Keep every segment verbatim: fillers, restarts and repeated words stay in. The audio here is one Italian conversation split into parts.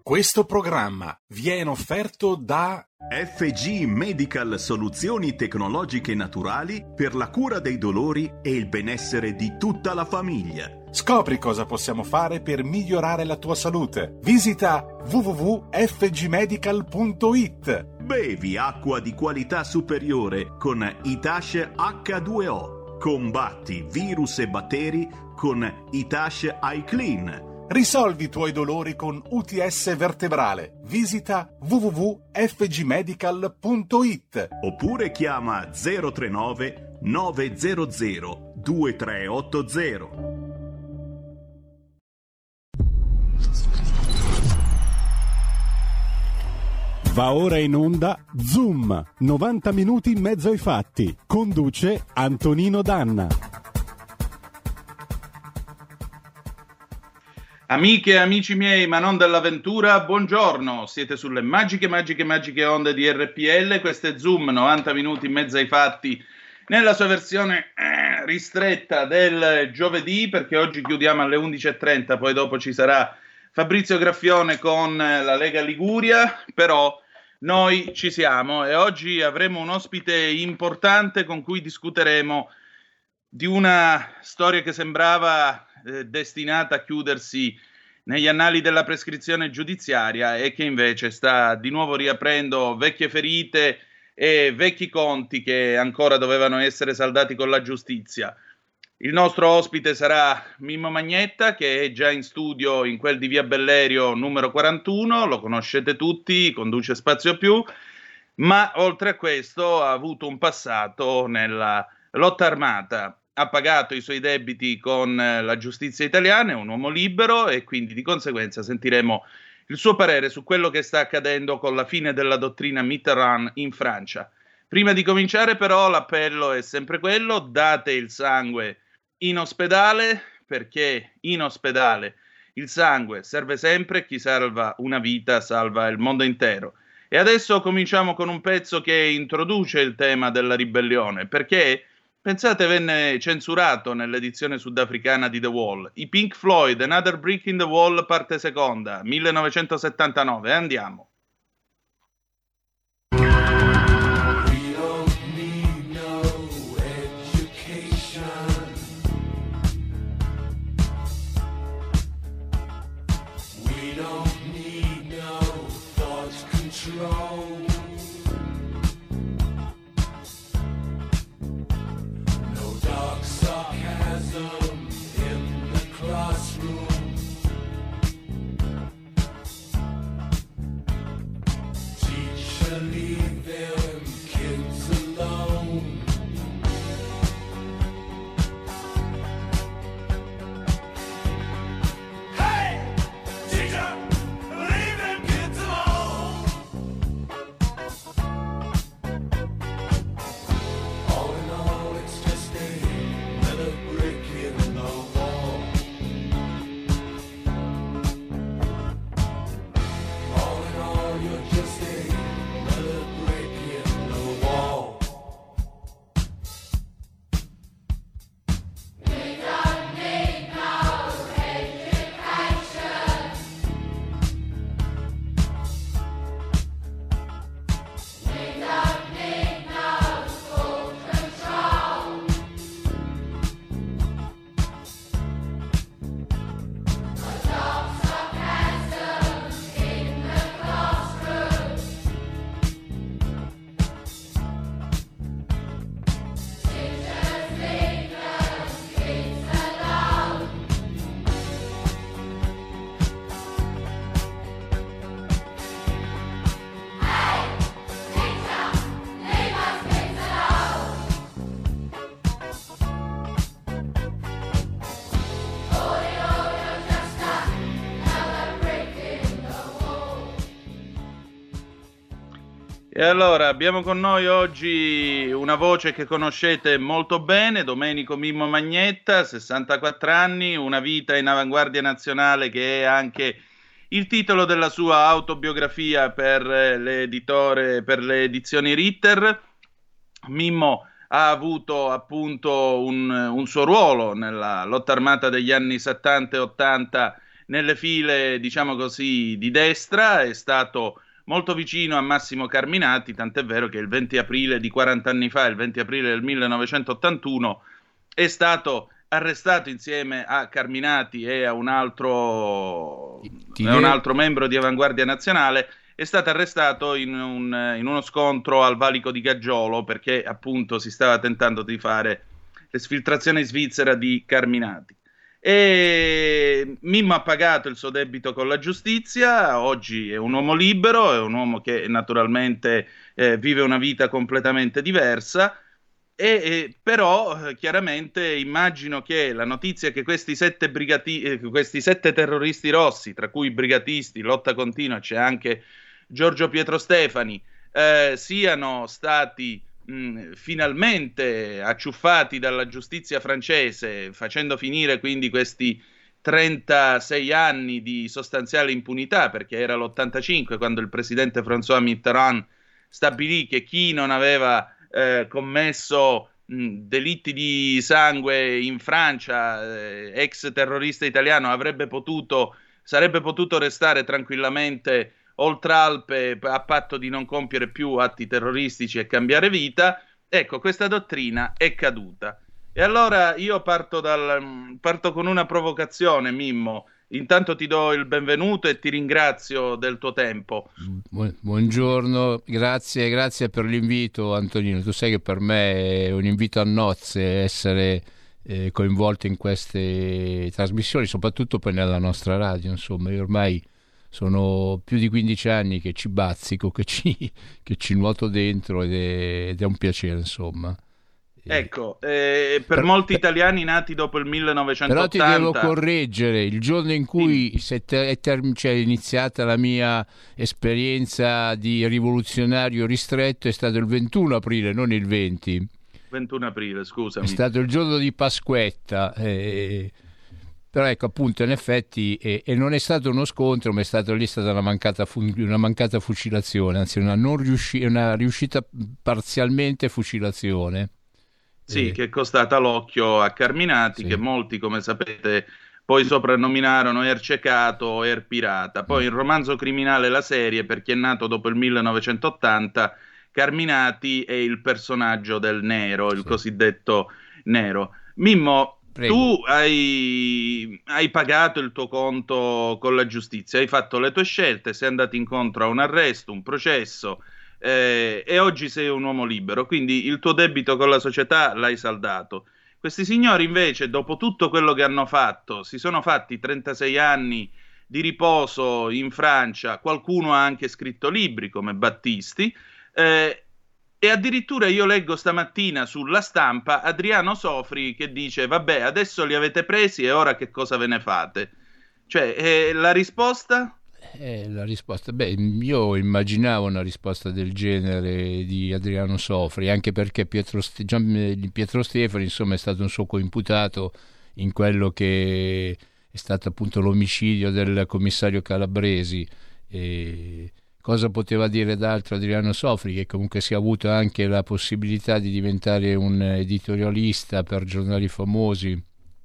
Questo programma viene offerto da F G Medical Soluzioni Tecnologiche Naturali per la cura dei dolori e il benessere di tutta la famiglia. Scopri cosa possiamo fare per migliorare la tua salute. Visita w w w punto f g medical punto i t. Bevi acqua di qualità superiore con Itash acca due o. Combatti virus e batteri con Itash iClean. Risolvi i tuoi dolori con U T S vertebrale. Visita w w w punto f g medical punto i t. Oppure chiama zero tre nove nove zero zero due tre otto zero. Va ora in onda Zoom, novanta minuti in mezzo ai fatti. Conduce Antonino Danna. Amiche e amici miei, ma non dell'avventura, buongiorno. Siete sulle magiche, magiche, magiche onde di R P L. Questo è Zoom, novanta minuti in mezzo ai fatti, nella sua versione eh, ristretta del giovedì, perché oggi chiudiamo alle undici e trenta, poi dopo ci sarà Fabrizio Graffione con la Lega Liguria, però noi ci siamo e oggi avremo un ospite importante con cui discuteremo di una storia che sembrava eh, destinata a chiudersi negli annali della prescrizione giudiziaria e che invece sta di nuovo riaprendo vecchie ferite e vecchi conti che ancora dovevano essere saldati con la giustizia. Il nostro ospite sarà Mimmo Magnetta, che è già in studio in quel di Via Bellerio numero quarantuno, lo conoscete tutti, conduce Spazio Più, ma oltre a questo ha avuto un passato nella lotta armata, ha pagato i suoi debiti con la giustizia italiana, è un uomo libero e quindi di conseguenza sentiremo il suo parere su quello che sta accadendo con la fine della dottrina Mitterrand in Francia. Prima di cominciare però l'appello è sempre quello: date il sangue in ospedale, perché in ospedale il sangue serve sempre, chi salva una vita salva il mondo intero. E adesso cominciamo con un pezzo che introduce il tema della ribellione, perché, pensate, venne censurato nell'edizione sudafricana di The Wall. I Pink Floyd, Another Brick in the Wall, parte seconda, millenovecentosettantanove. Andiamo. E allora abbiamo con noi oggi una voce che conoscete molto bene, Domenico Mimmo Magnetta, sessantaquattro anni, una vita in avanguardia nazionale che è anche il titolo della sua autobiografia per l'editore, per le edizioni Ritter. Mimmo ha avuto appunto un, un suo ruolo nella lotta armata degli anni settanta e ottanta nelle file, diciamo così, di destra, è stato molto vicino a Massimo Carminati, tant'è vero che il venti aprile di quaranta anni fa, il venti aprile del millenovecentottantuno, è stato arrestato insieme a Carminati e a un altro, Ti a un altro membro di Avanguardia Nazionale, è stato arrestato in, un, in uno scontro al valico di Gaggiolo, perché appunto si stava tentando di fare l'esfiltrazione svizzera di Carminati. E Mimmo ha pagato il suo debito con la giustizia, oggi è un uomo libero, è un uomo che naturalmente eh, vive una vita completamente diversa, e, e però eh, chiaramente immagino che la notizia che questi sette, brigati- eh, questi sette terroristi rossi, tra cui brigatisti, lotta continua, c'è anche Giorgio Pietro Stefani, eh, siano stati mh, finalmente acciuffati dalla giustizia francese, facendo finire quindi questi trentasei anni di sostanziale impunità, perché era l'ottantacinque quando il presidente François Mitterrand stabilì che chi non aveva eh, commesso mh, delitti di sangue in Francia, eh, ex terrorista italiano, avrebbe potuto, sarebbe potuto restare tranquillamente oltre Alpe a patto di non compiere più atti terroristici e cambiare vita. Ecco, questa dottrina è caduta. E allora io parto, dal, parto con una provocazione, Mimmo. Intanto ti do il benvenuto e ti ringrazio del tuo tempo. Buongiorno, grazie, grazie per l'invito, Antonino. Tu sai che per me è un invito a nozze essere eh, coinvolto in queste trasmissioni, soprattutto poi nella nostra radio. Insomma, io ormai sono più di quindici anni che ci bazzico, che ci, che ci nuoto dentro ed è, ed è un piacere, insomma. Ecco, eh, per, per molti italiani nati dopo il millenovecentottanta... Però ti devo correggere, il giorno in cui sì. è, ter- ter- cioè, è iniziata la mia esperienza di rivoluzionario ristretto è stato il ventuno aprile, non il venti. ventuno aprile, scusami. È stato il giorno di Pasquetta, eh, però ecco appunto in effetti e, e non è stato uno scontro, ma è stato lì è stata una mancata, fu- una mancata fucilazione, anzi una, non riusci- una riuscita parzialmente fucilazione. Sì, che è costata l'occhio a Carminati, sì. Che molti, come sapete, poi soprannominarono Ercecato o Erpirata. Poi il romanzo criminale La Serie, per chi è nato dopo il millenovecentottanta, Carminati è il personaggio del nero, il sì. cosiddetto nero. Mimmo, prego. Tu hai, hai pagato il tuo conto con la giustizia, hai fatto le tue scelte, sei andato incontro a un arresto, un processo, Eh, e oggi sei un uomo libero, quindi il tuo debito con la società l'hai saldato. Questi signori invece, dopo tutto quello che hanno fatto, si sono fatti trentasei anni di riposo in Francia, qualcuno ha anche scritto libri come Battisti, eh, e addirittura io leggo stamattina sulla Stampa Adriano Sofri che dice vabbè, adesso li avete presi e ora che cosa ve ne fate? Cioè, eh, la risposta? Eh, la risposta, beh, io immaginavo una risposta del genere di Adriano Sofri, anche perché Pietro, Ste- Gian, Pietro Stefani, insomma, è stato un suo coimputato in quello che è stato appunto l'omicidio del commissario Calabresi. E cosa poteva dire d'altro Adriano Sofri, che comunque si è avuto anche la possibilità di diventare un editorialista per giornali famosi,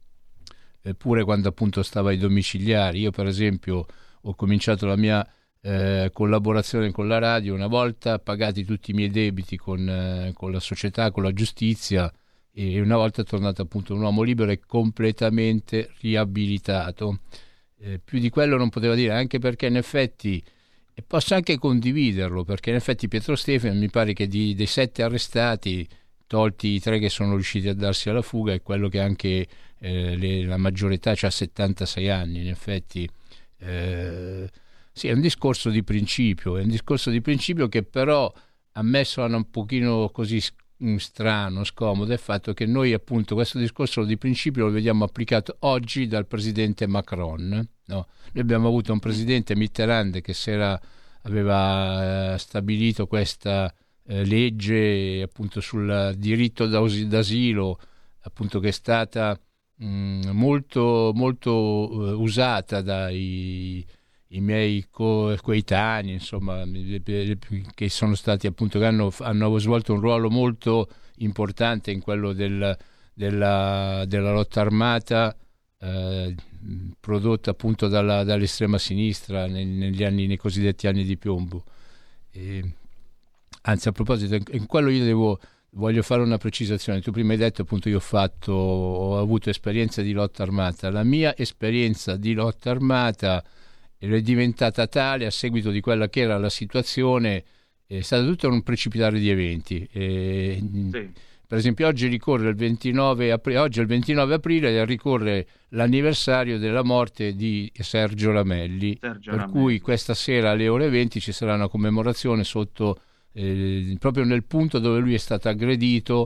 eppure quando appunto stava ai domiciliari. Io per esempio ho cominciato la mia eh, collaborazione con la radio una volta pagati tutti i miei debiti con, eh, con la società, con la giustizia, e una volta tornato appunto un uomo libero e completamente riabilitato. Eh, più di quello non poteva dire, anche perché in effetti, e posso anche condividerlo, perché in effetti Pietro Stefani mi pare che di, dei sette arrestati, tolti i tre che sono riusciti a darsi alla fuga, è quello che anche eh, le, la maggiore età, cioè settantasei anni, in effetti. Eh, sì, è un discorso di principio, è un discorso di principio che però a me suona un pochino così strano, scomodo, è il fatto che noi appunto questo discorso di principio lo vediamo applicato oggi dal presidente Macron, no? Noi abbiamo avuto un presidente Mitterrand che si era, aveva eh, stabilito questa eh, legge appunto sul diritto d'asilo, appunto, che è stata molto molto uh, usata dai i miei co- coetanei, insomma, che sono stati appunto che hanno, hanno svolto un ruolo molto importante in quello del, della, della lotta armata, eh, prodotta appunto dalla, dall'estrema sinistra nel, negli anni, nei cosiddetti anni di piombo. E, anzi, a proposito, in quello io devo voglio fare una precisazione. Tu prima hai detto appunto io ho fatto ho avuto esperienza di lotta armata. La mia esperienza di lotta armata è diventata tale a seguito di quella che era la situazione, è stato tutto un precipitare di eventi. E, sì. Per esempio oggi ricorre il ventinove aprile, oggi è il ventinove aprile ricorre l'anniversario della morte di Sergio Ramelli, Sergio per Ramelli. Cui questa sera alle ore venti ci sarà una commemorazione sotto eh, proprio nel punto dove lui è stato aggredito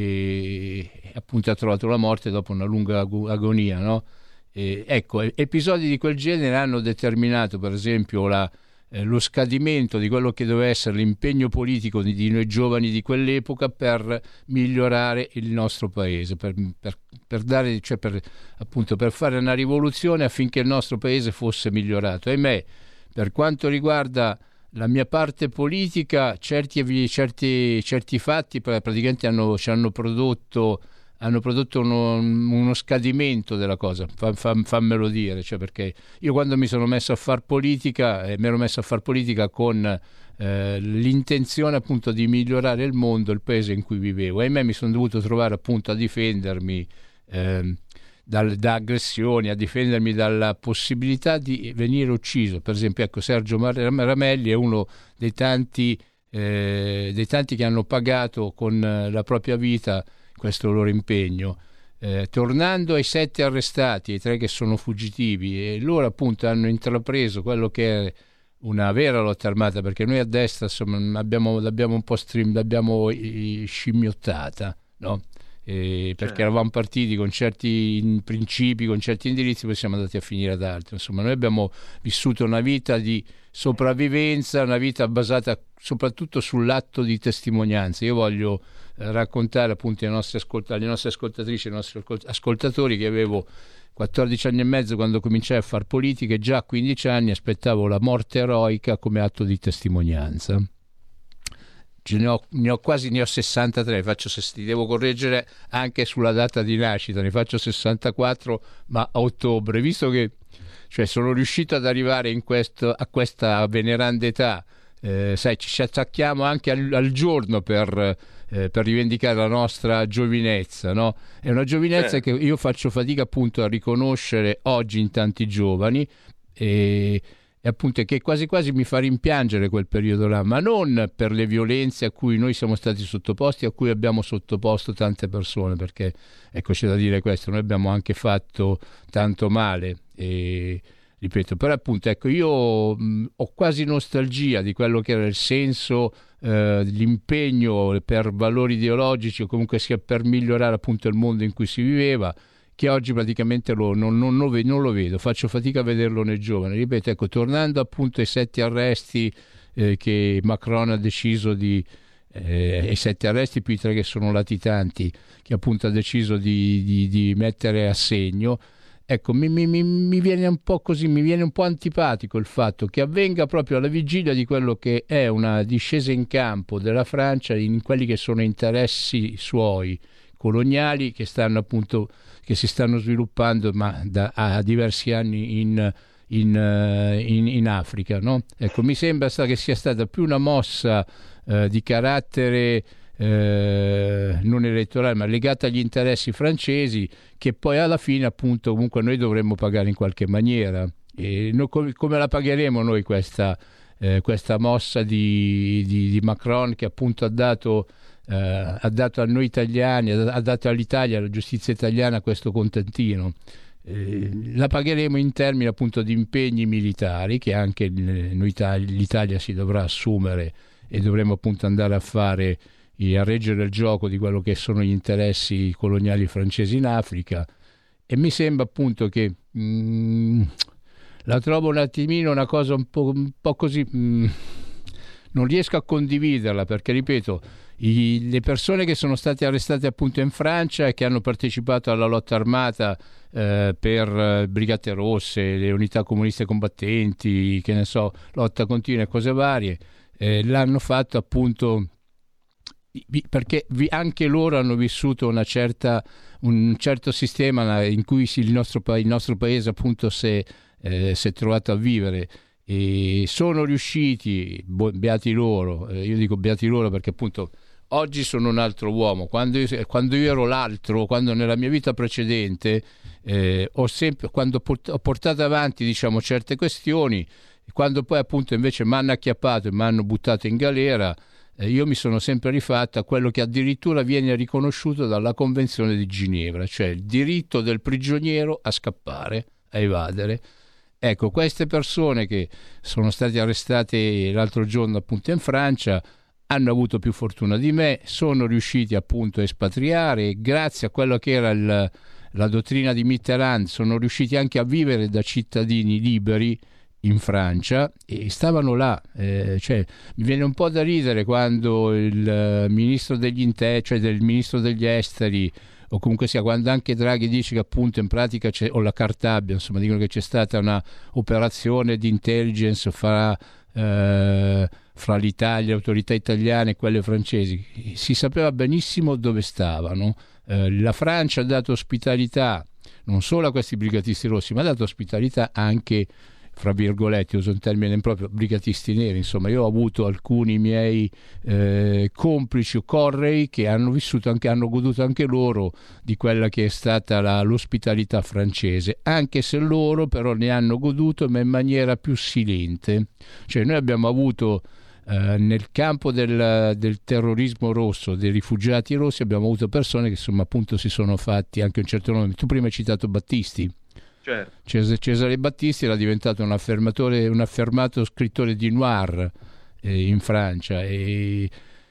e, e appunto ha trovato la morte dopo una lunga ag- agonia, no? E, ecco, episodi di quel genere hanno determinato per esempio la Eh, lo scadimento di quello che doveva essere l'impegno politico di, di noi giovani di quell'epoca per migliorare il nostro paese, per, per, per dare, cioè per, appunto per fare una rivoluzione affinché il nostro paese fosse migliorato. Ahimè, per quanto riguarda la mia parte politica, certi, certi, certi fatti praticamente hanno, ci hanno prodotto hanno prodotto uno, uno scadimento della cosa, fa, fa, fammelo dire, cioè perché io quando mi sono messo a far politica eh, mi ero messo a far politica con eh, l'intenzione appunto di migliorare il mondo, il paese in cui vivevo, e ahimè mi sono dovuto trovare appunto a difendermi eh, dal, da aggressioni, a difendermi dalla possibilità di venire ucciso. Per esempio, ecco, Sergio Ramelli è uno dei tanti, eh, dei tanti che hanno pagato con la propria vita questo loro impegno. Eh, tornando ai sette arrestati, ai tre che sono fuggitivi, e loro appunto hanno intrapreso quello che è una vera lotta armata, perché noi a destra insomma abbiamo, l'abbiamo un po' stream, l'abbiamo scimmiottata, no? Eh, perché certo. Eravamo partiti con certi principi, con certi indirizzi, poi siamo andati a finire ad altro. Insomma, noi abbiamo vissuto una vita di sopravvivenza, una vita basata soprattutto sull'atto di testimonianza. Io voglio eh, raccontare appunto ai nostri ascolt- alle nostre ascoltatrici, ai nostri ascoltatori, che avevo quattordici anni e mezzo quando cominciai a far politica, e già a quindici anni aspettavo la morte eroica come atto di testimonianza. Ne ho, ne ho quasi ne ho sessantatré, faccio, ti devo correggere anche sulla data di nascita, ne faccio sessantaquattro ma a ottobre, visto che cioè, sono riuscito ad arrivare in questo, a questa veneranda età, eh, sai, ci attacchiamo anche al, al giorno per, eh, per rivendicare la nostra giovinezza, no? È una giovinezza eh. che io faccio fatica appunto a riconoscere oggi in tanti giovani, e e appunto che quasi quasi mi fa rimpiangere quel periodo là, ma non per le violenze a cui noi siamo stati sottoposti, a cui abbiamo sottoposto tante persone, perché ecco, c'è da dire questo, noi abbiamo anche fatto tanto male, e ripeto, però appunto ecco, io mh, ho quasi nostalgia di quello che era il senso, eh, l'impegno per valori ideologici, o comunque sia per migliorare appunto il mondo in cui si viveva, che oggi praticamente lo, non, non, lo vedo, non lo vedo, faccio fatica a vederlo nei giovani. Ripeto, ecco, tornando appunto ai sette arresti eh, che Macron ha deciso di, eh, ai sette arresti più i tre che sono latitanti, che appunto ha deciso di, di, di mettere a segno, ecco, mi, mi, mi viene un po' così, mi viene un po' antipatico il fatto che avvenga proprio alla vigilia di quello che è una discesa in campo della Francia in quelli che sono interessi suoi coloniali, che stanno appunto che si stanno sviluppando ma da a diversi anni in, in, in, in Africa, no? Ecco, mi sembra che sia stata più una mossa eh, di carattere eh, non elettorale, ma legata agli interessi francesi, che poi alla fine appunto comunque noi dovremmo pagare in qualche maniera. E noi, come, come la pagheremo noi questa, eh, questa mossa di, di, di Macron, che appunto ha dato Uh, ha dato a noi italiani, ha dato all'Italia, alla giustizia italiana, questo contentino. Eh, la pagheremo in termini appunto di impegni militari che anche noi, l'Italia si dovrà assumere, e dovremo appunto andare a fare, a reggere il gioco di quello che sono gli interessi coloniali francesi in Africa. E mi sembra appunto che mh, la trovo un attimino una cosa un po', un po' così, mh, non riesco a condividerla, perché ripeto, I, le persone che sono state arrestate appunto in Francia e che hanno partecipato alla lotta armata eh, per eh, Brigate Rosse, le unità comuniste combattenti, che ne so, lotta continua e cose varie, eh, l'hanno fatto appunto perché anche loro hanno vissuto una certa, un certo sistema in cui il nostro, il nostro paese appunto si è, eh, si è trovato a vivere, e sono riusciti, beati loro, eh, io dico beati loro perché appunto oggi sono un altro uomo. Quando io, quando io ero l'altro, quando nella mia vita precedente eh, ho sempre, quando ho portato avanti diciamo certe questioni, quando poi appunto invece mi hanno acchiappato e mi hanno buttato in galera, eh, io mi sono sempre rifatto a quello che addirittura viene riconosciuto dalla Convenzione di Ginevra, cioè il diritto del prigioniero a scappare, a evadere. Ecco, queste persone che sono state arrestate l'altro giorno appunto in Francia hanno avuto più fortuna di me, sono riusciti appunto a espatriare, e grazie a quello che era il, la dottrina di Mitterrand sono riusciti anche a vivere da cittadini liberi in Francia, e stavano là. Eh, cioè, mi viene un po' da ridere quando il ministro degli interni, cioè del ministro degli esteri, o comunque sia quando anche Draghi dice che appunto in pratica c'è, o la Cartabia, insomma, dicono che c'è stata una operazione di intelligence fra eh, fra l'Italia, le autorità italiane e quelle francesi. Si sapeva benissimo dove stavano. Eh, la Francia ha dato ospitalità non solo a questi brigatisti rossi, ma ha dato ospitalità anche, fra virgolette, uso un termine improprio, brigatisti neri. Insomma, io ho avuto alcuni miei eh, complici o correi che hanno vissuto anche, hanno goduto anche loro di quella che è stata la, l'ospitalità francese, anche se loro però ne hanno goduto, ma in maniera più silente. Cioè, noi abbiamo avuto Uh, nel campo del, del terrorismo rosso, dei rifugiati rossi, abbiamo avuto persone che insomma appunto si sono fatti anche un certo nome. Tu prima hai citato Battisti. Certo. Cesare, Cesare Battisti era diventato un affermatore, un affermato scrittore di noir eh, in Francia, e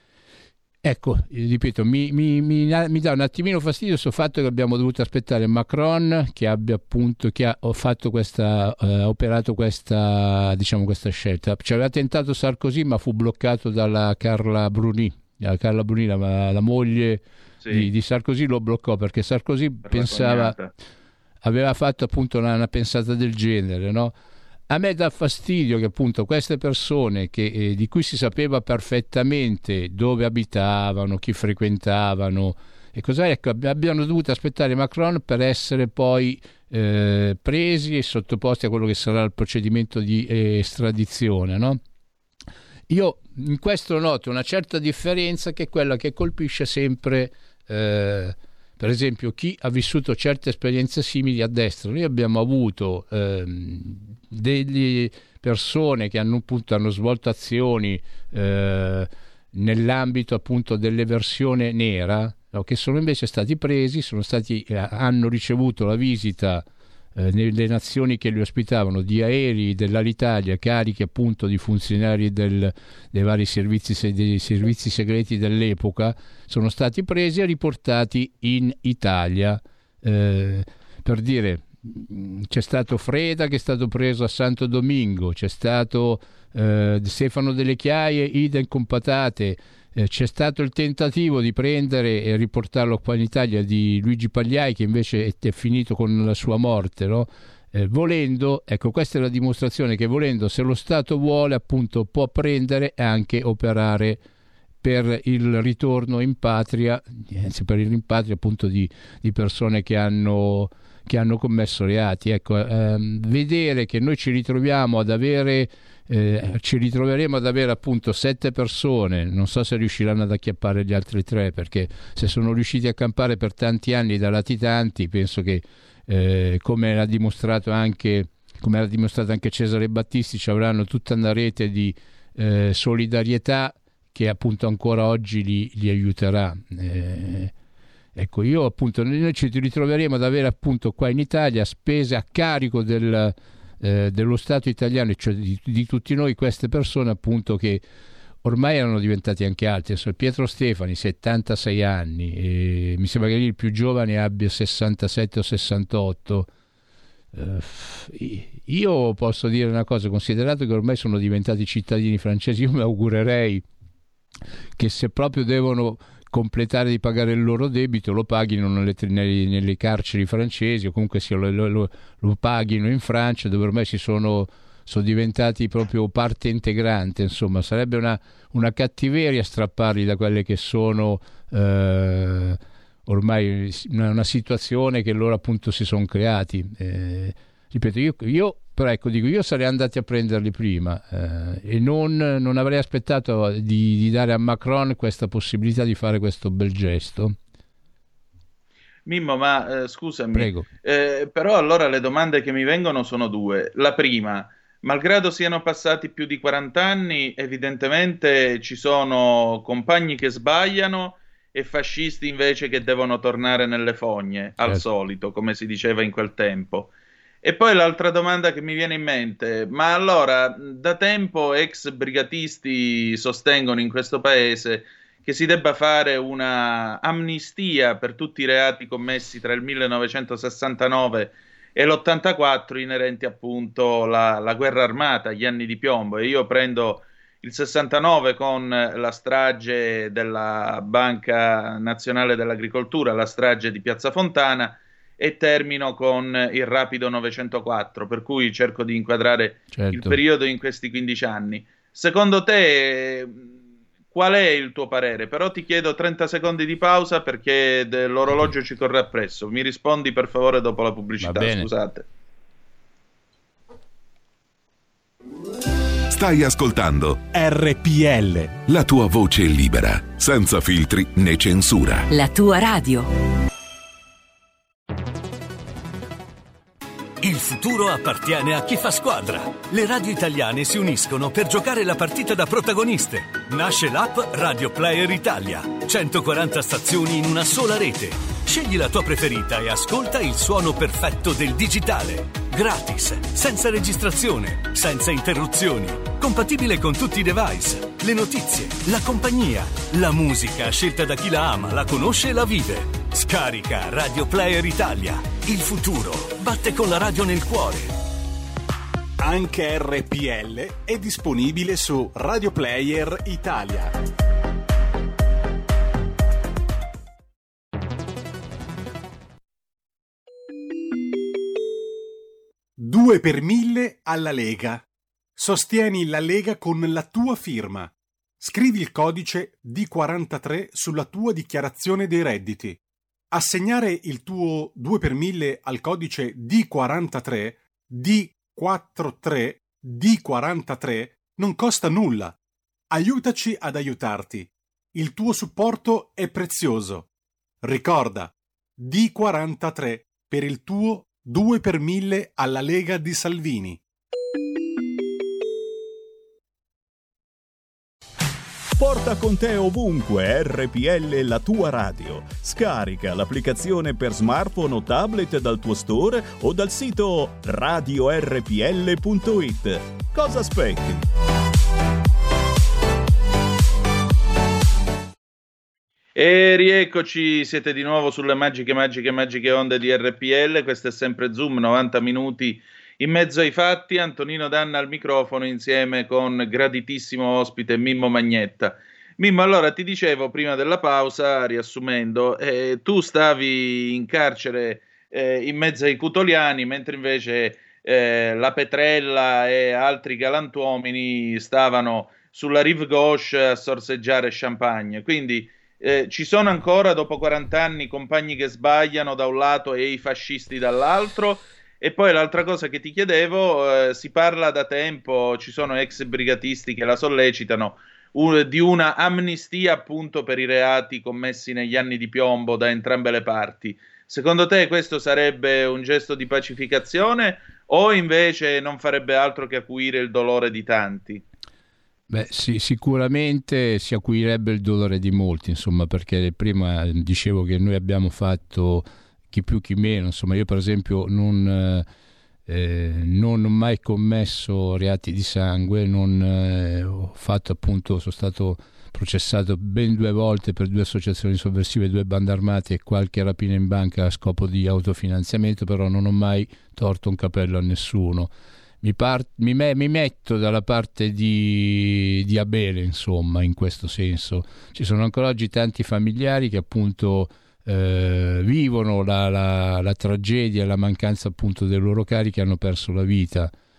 ecco, ripeto, mi, mi, mi, mi dà un attimino fastidio questo fatto che abbiamo dovuto aspettare Macron che abbia appunto che ha fatto questa eh, operato questa diciamo questa scelta. Ci aveva tentato Sarkozy, ma fu bloccato dalla Carla Bruni, la Carla Bruni, la, la moglie sì. di, di Sarkozy, lo bloccò perché Sarkozy per pensava, aveva fatto appunto una, una pensata del genere, no? A me dà fastidio che appunto queste persone che, eh, di cui si sapeva perfettamente dove abitavano, chi frequentavano e cos'è, ecco, abbiano dovuto aspettare Macron per essere poi eh, presi e sottoposti a quello che sarà il procedimento di eh, estradizione, no? Io in questo noto una certa differenza, che è quella che colpisce sempre eh, per esempio chi ha vissuto certe esperienze simili a destra. Noi abbiamo avuto ehm, delle persone che hanno appunto hanno svolto azioni eh, nell'ambito appunto dell'eversione nera, no? Che sono invece stati presi, sono stati, eh, hanno ricevuto la visita eh, nelle nazioni che li ospitavano di aerei dell'Alitalia carichi appunto di funzionari del, dei vari servizi, dei servizi segreti dell'epoca, sono stati presi e riportati in Italia. Eh, per dire, c'è stato Freda che è stato preso a Santo Domingo, c'è stato eh, Stefano Delle Chiaie, idem con patate, eh, c'è stato il tentativo di prendere e riportarlo qua in Italia di Luigi Pagliai, che invece è, è finito con la sua morte, no? Eh, volendo, ecco, questa è la dimostrazione che volendo, se lo Stato vuole, appunto può prendere e anche operare per il ritorno in patria, anzi per il rimpatrio appunto di, di persone che hanno che hanno commesso reati. Ecco, ehm, vedere che noi ci ritroviamo ad avere eh, ci ritroveremo ad avere appunto sette persone, non so se riusciranno ad acchiappare gli altri tre, perché se sono riusciti a campare per tanti anni da latitanti, penso che eh, come era dimostrato anche come era dimostrato anche Cesare Battisti, ci avranno tutta una rete di eh, solidarietà che appunto ancora oggi li, li aiuterà. Eh, Ecco, io appunto noi ci ritroveremo ad avere appunto qua in Italia spese a carico del, eh, dello Stato italiano, cioè di, di tutti noi, queste persone appunto che ormai erano diventati anche altri. Adesso Pietro Stefani, settantasei anni, e mi sembra che lì il più giovane abbia sessantasette o sessantotto. Eh, io posso dire una cosa, considerato che ormai sono diventati cittadini francesi, io mi augurerei che se proprio devono completare di pagare il loro debito lo paghino nelle, nelle, nelle carceri francesi, o comunque sia, lo, lo, lo paghino in Francia, dove ormai si sono sono diventati proprio parte integrante, insomma sarebbe una, una cattiveria strapparli da quelle che sono eh, ormai una, una situazione che loro appunto si sono creati. Eh, ripeto, io, io però ecco, dico, io sarei andati a prenderli prima eh, e non, non avrei aspettato di, di dare a Macron questa possibilità di fare questo bel gesto. Mimmo, ma eh, scusami, Prego. Eh, però allora le domande che mi vengono sono due. La prima, malgrado siano passati più di quaranta anni, evidentemente ci sono compagni che sbagliano e fascisti invece che devono tornare nelle fogne, al Certo. solito, come si diceva in quel tempo. E poi l'altra domanda che mi viene in mente, ma allora da tempo ex brigatisti sostengono in questo paese che si debba fare una amnistia per tutti i reati commessi tra il millenovecentosessantanove e l'ottantaquattro inerenti appunto alla, alla guerra armata, gli anni di piombo. E io prendo il sessantanove con la strage della Banca Nazionale dell'Agricoltura, la strage di Piazza Fontana, e termino con il rapido novecentoquattro, per cui cerco di inquadrare Certo. il periodo in questi quindici anni. Secondo te, qual è il tuo parere? Però ti chiedo trenta secondi di pausa perché de- l'orologio ci corre appresso. Mi rispondi per favore dopo la pubblicità, Va bene. scusate. Stai ascoltando R P L. la tua voce libera, senza filtri né censura. La tua radio. Il futuro appartiene a chi fa squadra. Le radio italiane si uniscono per giocare la partita da protagoniste. Nasce l'app Radio Player Italia. centoquaranta stazioni in una sola rete. Scegli la tua preferita e ascolta il suono perfetto del digitale. Gratis, senza registrazione, senza interruzioni. Compatibile con tutti i device. Le notizie, la compagnia, la musica scelta da chi la ama, la conosce e la vive. Scarica Radio Player Italia. Il futuro batte con la radio nel cuore. Anche R P L è disponibile su Radio Player Italia. due per mille alla Lega. Sostieni la Lega con la tua firma. Scrivi il codice D quarantatré sulla tua dichiarazione dei redditi. Assegnare il tuo due per mille al codice D quarantatré, D quarantatré, D quarantatré non costa nulla. Aiutaci ad aiutarti. Il tuo supporto è prezioso. Ricorda, D quarantatré per il tuo due per mille alla Lega di Salvini. Porta con te ovunque R P L, la tua radio. Scarica l'applicazione per smartphone o tablet dal tuo store o dal sito radio r p l punto i t. Cosa aspetti? E rieccoci, siete di nuovo sulle magiche, magiche, magiche onde di R P L. Questo è sempre Zoom, novanta minuti in mezzo ai fatti. Antonino Danna al microfono insieme con graditissimo ospite Mimmo Magnetta. Mimmo, allora ti dicevo prima della pausa, riassumendo, eh, tu stavi in carcere eh, in mezzo ai cutoliani, mentre invece eh, la Petrella e altri galantuomini stavano sulla rive gauche a sorseggiare champagne. Quindi Eh, ci sono ancora dopo quaranta anni compagni che sbagliano da un lato e i fascisti dall'altro. E poi l'altra cosa che ti chiedevo, eh, si parla da tempo, ci sono ex brigatisti che la sollecitano, un, di una amnistia appunto per i reati commessi negli anni di piombo da entrambe le parti. Secondo te questo sarebbe un gesto di pacificazione o invece non farebbe altro che acuire il dolore di tanti? Beh, sì, sicuramente si acuirebbe il dolore di molti, insomma, perché prima dicevo che noi abbiamo fatto chi più chi meno, insomma, io per esempio non, eh, non ho mai commesso reati di sangue, non eh, ho fatto appunto, sono stato processato ben due volte per due associazioni sovversive, due bande armate e qualche rapina in banca a scopo di autofinanziamento, però non ho mai torto un capello a nessuno. Mi, par- mi, me- mi metto dalla parte di, di Abele, insomma, in questo senso. Ci sono ancora oggi tanti familiari che appunto eh, vivono la, la, la tragedia e la mancanza appunto dei loro cari che hanno perso la vita.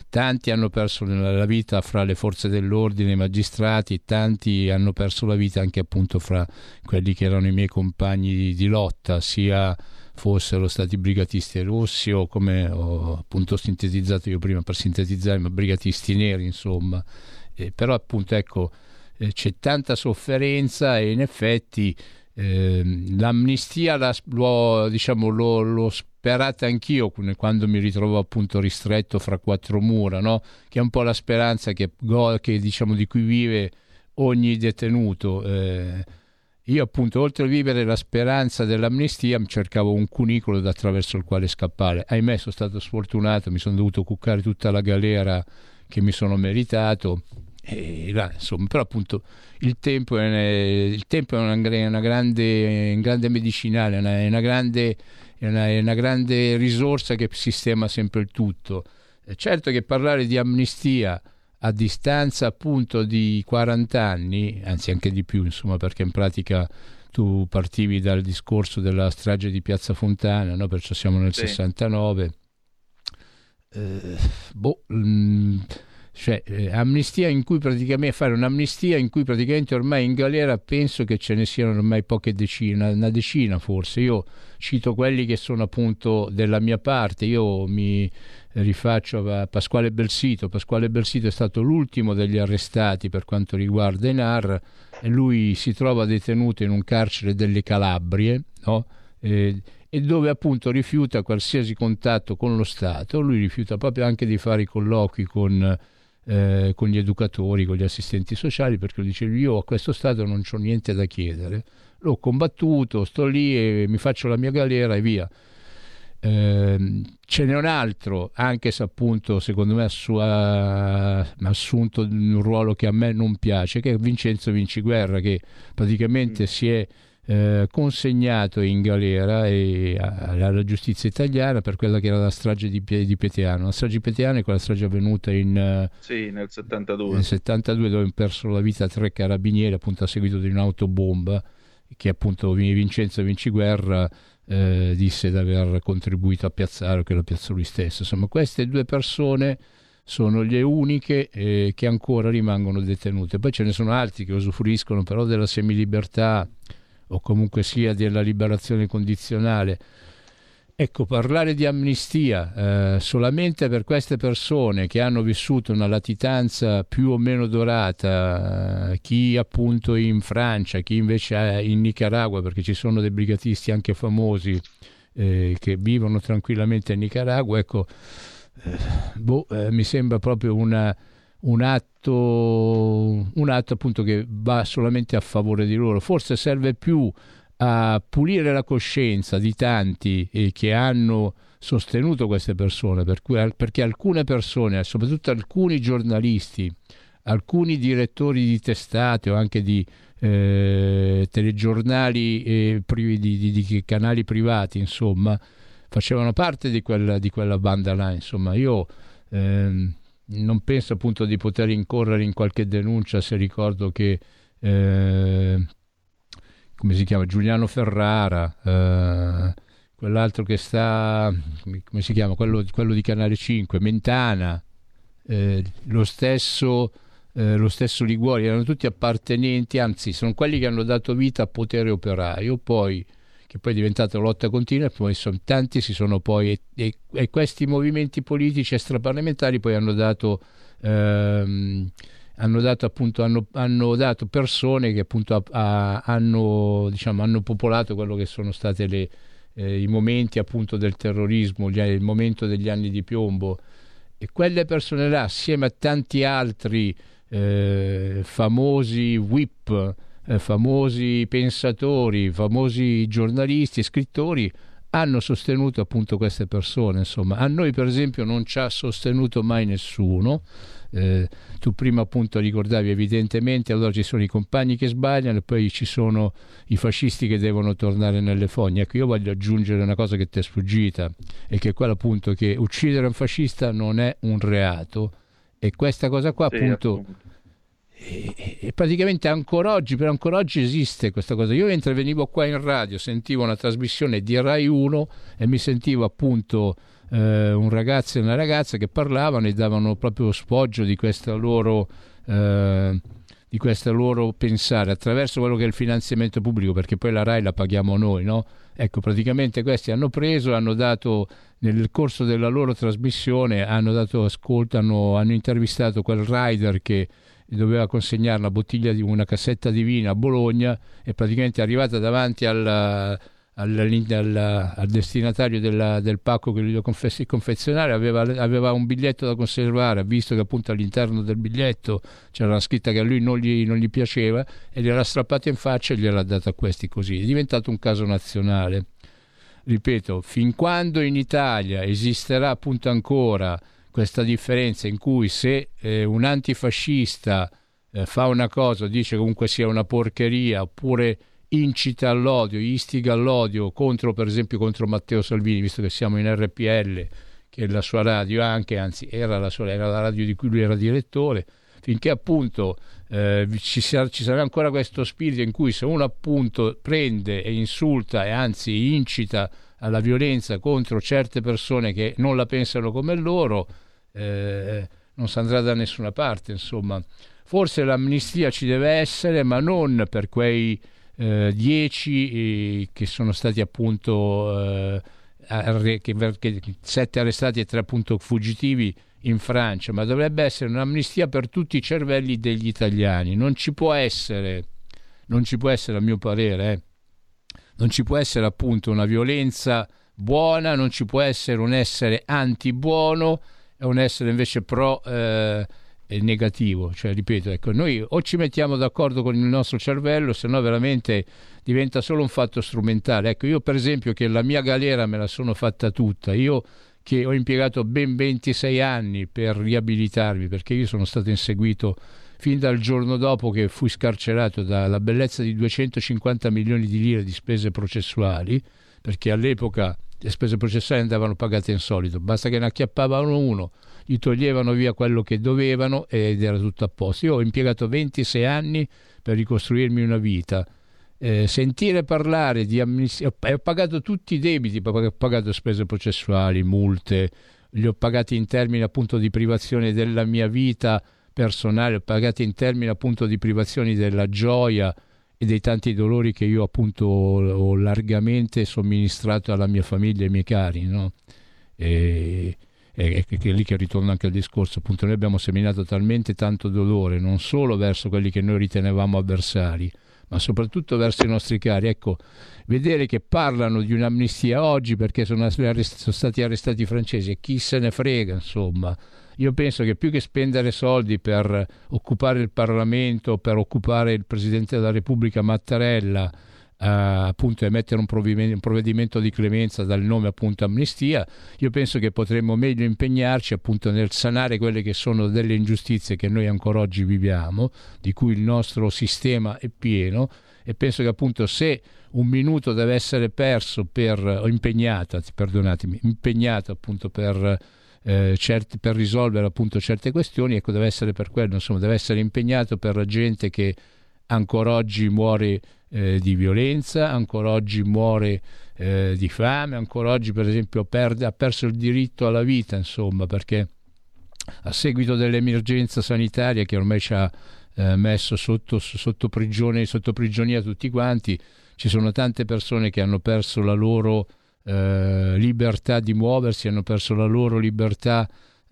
tanti hanno perso la vita fra le forze dell'ordine, i magistrati, tanti hanno perso la vita anche appunto fra quelli che erano i miei compagni di, di lotta, sia fossero stati brigatisti rossi o, come ho appunto sintetizzato io prima per sintetizzare, ma brigatisti neri, insomma. Eh, però appunto ecco, eh, c'è tanta sofferenza e in effetti eh, l'amnistia la, l'ho, diciamo, l'ho, l'ho sperata anch'io quando mi ritrovo appunto ristretto fra quattro mura, no? Che è un po' la speranza che, che diciamo di cui vive ogni detenuto. Eh, io appunto, oltre a vivere la speranza dell'amnistia, cercavo un cunicolo attraverso il quale scappare. Ahimè, sono stato sfortunato, mi sono dovuto cuccare tutta la galera che mi sono meritato. E là, insomma, però appunto il tempo è, il tempo è una, una grande, un grande medicinale, una, è, una grande, è, una, è una grande risorsa che sistema sempre il tutto. È certo che parlare di amnistia a distanza appunto di quaranta anni, anzi anche di più, insomma, perché in pratica tu partivi dal discorso della strage di Piazza Fontana, no? Perciò siamo nel sì. sessantanove. Eh, boh, mh, cioè eh, amnistia in cui praticamente fare un'amnistia in cui praticamente ormai in galera penso che ce ne siano ormai poche decine, una, una decina forse. Io cito quelli che sono appunto della mia parte, io mi rifaccio a Pasquale Belsito. Pasquale Belsito è stato l'ultimo degli arrestati per quanto riguarda i N A R e lui si trova detenuto in un carcere delle Calabrie, no? E, e dove appunto rifiuta qualsiasi contatto con lo Stato. Lui rifiuta proprio anche di fare i colloqui con Eh, con gli educatori, con gli assistenti sociali, perché dice io a questo Stato non c'ho niente da chiedere, l'ho combattuto, sto lì e mi faccio la mia galera e via. Eh, ce n'è un altro, anche se appunto secondo me ha assunto un ruolo che a me non piace, che è Vincenzo Vinciguerra, che praticamente mm. si è Eh, consegnato in galera e alla giustizia italiana per quella che era la strage di, di Peteano. La strage di Peteano è quella strage avvenuta in sì, nel settantadue nel settantadue, dove hanno perso la vita tre carabinieri appunto a seguito di un'autobomba, che appunto Vincenzo Vinciguerra eh, disse di aver contribuito a piazzare, o che la piazzò lui stesso. Insomma, queste due persone sono le uniche eh, che ancora rimangono detenute. Poi ce ne sono altri che usufruiscono però della semilibertà o comunque sia della liberazione condizionale. Ecco, parlare di amnistia eh, solamente per queste persone che hanno vissuto una latitanza più o meno dorata, eh, chi appunto in Francia, chi invece in Nicaragua, perché ci sono dei brigatisti anche famosi eh, che vivono tranquillamente in Nicaragua, ecco, eh, boh, eh, mi sembra proprio una un atto un atto appunto che va solamente a favore di loro. Forse serve più a pulire la coscienza di tanti eh, che hanno sostenuto queste persone, per cui, perché alcune persone, soprattutto alcuni giornalisti, alcuni direttori di testate o anche di eh, telegiornali e privi di, di, di canali privati, insomma, facevano parte di quella, di quella banda là. Insomma, io ehm, non penso appunto di poter incorrere in qualche denuncia se ricordo che eh, come si chiama, Giuliano Ferrara, eh, quell'altro che sta, come si chiama, quello, quello di Canale cinque, Mentana, eh, lo stesso eh, lo stesso Liguori, erano tutti appartenenti, anzi sono quelli che hanno dato vita a Potere Operaio, poi che poi è diventata lotta continua, e poi sono, tanti si sono poi e, e, e questi movimenti politici extraparlamentari poi hanno dato ehm, hanno dato appunto hanno, hanno dato persone che appunto a, a, hanno diciamo hanno popolato quello che sono state le eh, i momenti appunto del terrorismo, gli, il momento degli anni di piombo, e quelle persone là assieme a tanti altri eh, famosi whip, Eh, famosi pensatori, famosi giornalisti, scrittori, hanno sostenuto appunto queste persone. Insomma, a noi per esempio non ci ha sostenuto mai nessuno. Eh, tu prima appunto ricordavi evidentemente, allora ci sono i compagni che sbagliano e poi ci sono i fascisti che devono tornare nelle fogne. Ecco, io voglio aggiungere una cosa che ti è sfuggita, e che è quella appunto che uccidere un fascista non è un reato, e questa cosa qua sì, appunto, appunto. E, e praticamente ancora oggi, per ancora oggi esiste questa cosa. Io mentre venivo qua in radio sentivo una trasmissione di Rai uno e mi sentivo appunto eh, un ragazzo e una ragazza che parlavano e davano proprio sfoggio di questa loro eh, di questo loro pensare attraverso quello che è il finanziamento pubblico, perché poi la RAI la paghiamo noi, no? Ecco, praticamente questi hanno preso, hanno dato nel corso della loro trasmissione, hanno dato ascolto, hanno, hanno intervistato quel rider che doveva consegnare una bottiglia di una cassetta di vino a Bologna, e praticamente è arrivata davanti al, al, al, al destinatario della, del pacco che gli doveva confes- confezionare, aveva, aveva un biglietto da conservare, ha visto che appunto all'interno del biglietto c'era una scritta che a lui non gli, non gli piaceva, e gliel'ha strappata in faccia e gliel'ha data a questi così. È diventato un caso nazionale. Ripeto, fin quando in Italia esisterà appunto ancora questa differenza in cui se eh, un antifascista eh, fa una cosa, dice comunque sia una porcheria, oppure incita all'odio, istiga all'odio contro, per esempio, contro Matteo Salvini, visto che siamo in R P L, che è la sua radio anche, anzi era la, sua, era la radio di cui lui era direttore, finché appunto eh, ci, sarà, ci sarà ancora questo spirito in cui se uno appunto prende e insulta e anzi incita alla violenza contro certe persone che non la pensano come loro, eh, non si andrà da nessuna parte, insomma. Forse l'amnistia ci deve essere, ma non per quei eh, dieci eh, che sono stati appunto eh, arre- che, che, sette arrestati e tre appunto fuggitivi in Francia, ma dovrebbe essere un'amnistia per tutti i cervelli degli italiani. Non ci può essere, non ci può essere, a mio parere, eh, non ci può essere appunto una violenza buona, non ci può essere un essere anti-buono e un essere invece pro eh, negativo. Cioè, ripeto, ecco, noi o ci mettiamo d'accordo con il nostro cervello, se no veramente diventa solo un fatto strumentale. Ecco, io per esempio, che la mia galera me la sono fatta tutta, io che ho impiegato ben ventisei anni per riabilitarmi, perché io sono stato inseguito fin dal giorno dopo che fui scarcerato dalla bellezza di duecentocinquanta milioni di lire di spese processuali, perché all'epoca le spese processuali andavano pagate in solito, basta che ne acchiappavano uno, gli toglievano via quello che dovevano ed era tutto a posto. Io ho impiegato ventisei anni per ricostruirmi una vita. Eh, sentire parlare di amnistia, ho pagato tutti i debiti, ho pagato spese processuali, multe, li ho pagati in termini appunto di privazione della mia vita personale, ho pagati in termini appunto di privazioni della gioia e dei tanti dolori che io appunto ho largamente somministrato alla mia famiglia e ai miei cari, no? E, e, e che è lì che ritorno anche al discorso, appunto noi abbiamo seminato talmente tanto dolore, non solo verso quelli che noi ritenevamo avversari, ma soprattutto verso i nostri cari. Ecco, vedere che parlano di un'amnistia oggi perché sono, arrest- sono stati arrestati i francesi, e chi se ne frega, insomma. Io penso che più che spendere soldi per occupare il Parlamento, per occupare il Presidente della Repubblica Mattarella, eh, appunto emettere un provvedimento, un provvedimento di clemenza dal nome appunto amnistia, io penso che potremmo meglio impegnarci appunto nel sanare quelle che sono delle ingiustizie che noi ancora oggi viviamo, di cui il nostro sistema è pieno, e penso che appunto se un minuto deve essere perso per, o impegnata, perdonatemi, impegnato appunto per Eh, certi, per risolvere appunto certe questioni, ecco, deve essere per quello, insomma, deve essere impegnato per la gente che ancora oggi muore eh, di violenza, ancora oggi muore eh, di fame, ancora oggi per esempio perde, ha perso il diritto alla vita, insomma, perché a seguito dell'emergenza sanitaria che ormai ci ha eh, messo sotto, sotto prigione, sotto prigionia tutti quanti, ci sono tante persone che hanno perso la loro Eh, libertà di muoversi, hanno perso la loro libertà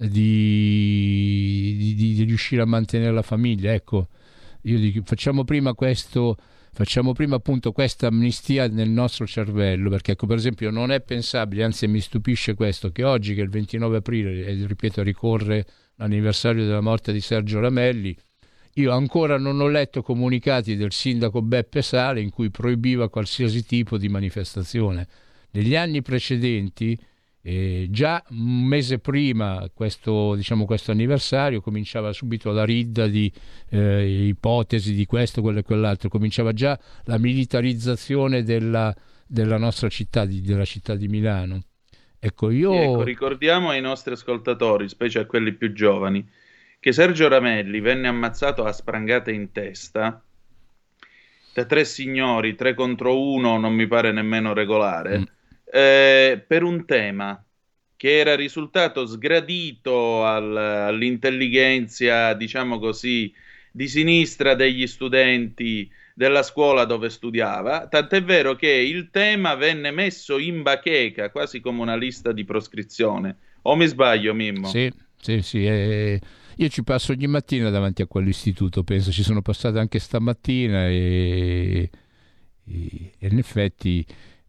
di, di, di riuscire a mantenere la famiglia. Ecco, io dico, facciamo prima questo, facciamo prima appunto questa amnistia nel nostro cervello, perché ecco, per esempio non è pensabile, anzi mi stupisce questo, che oggi che è il ventinove aprile, e ripeto ricorre l'anniversario della morte di Sergio Ramelli, io ancora non ho letto comunicati del sindaco Beppe Sale in cui proibiva qualsiasi tipo di manifestazione. Negli anni precedenti, eh, già un mese prima questo, diciamo, questo anniversario, cominciava subito la ridda di eh, ipotesi di questo, quello e quell'altro, cominciava già la militarizzazione della, della nostra città, di, della città di Milano. Ecco, io... Sì, ecco, ricordiamo ai nostri ascoltatori, specie a quelli più giovani, che Sergio Ramelli venne ammazzato a sprangate in testa da tre signori, tre contro uno, non mi pare nemmeno regolare, mm. eh, per un tema, che era risultato sgradito al, all'intelligenza, diciamo così, di sinistra degli studenti della scuola dove studiava, tant'è vero che il tema venne messo in bacheca, quasi come una lista di proscrizione. O mi sbaglio, Mimmo? Sì, sì, sì. Eh, io ci passo ogni mattina davanti a quell'istituto, penso, ci sono passato anche stamattina e, e, e in effetti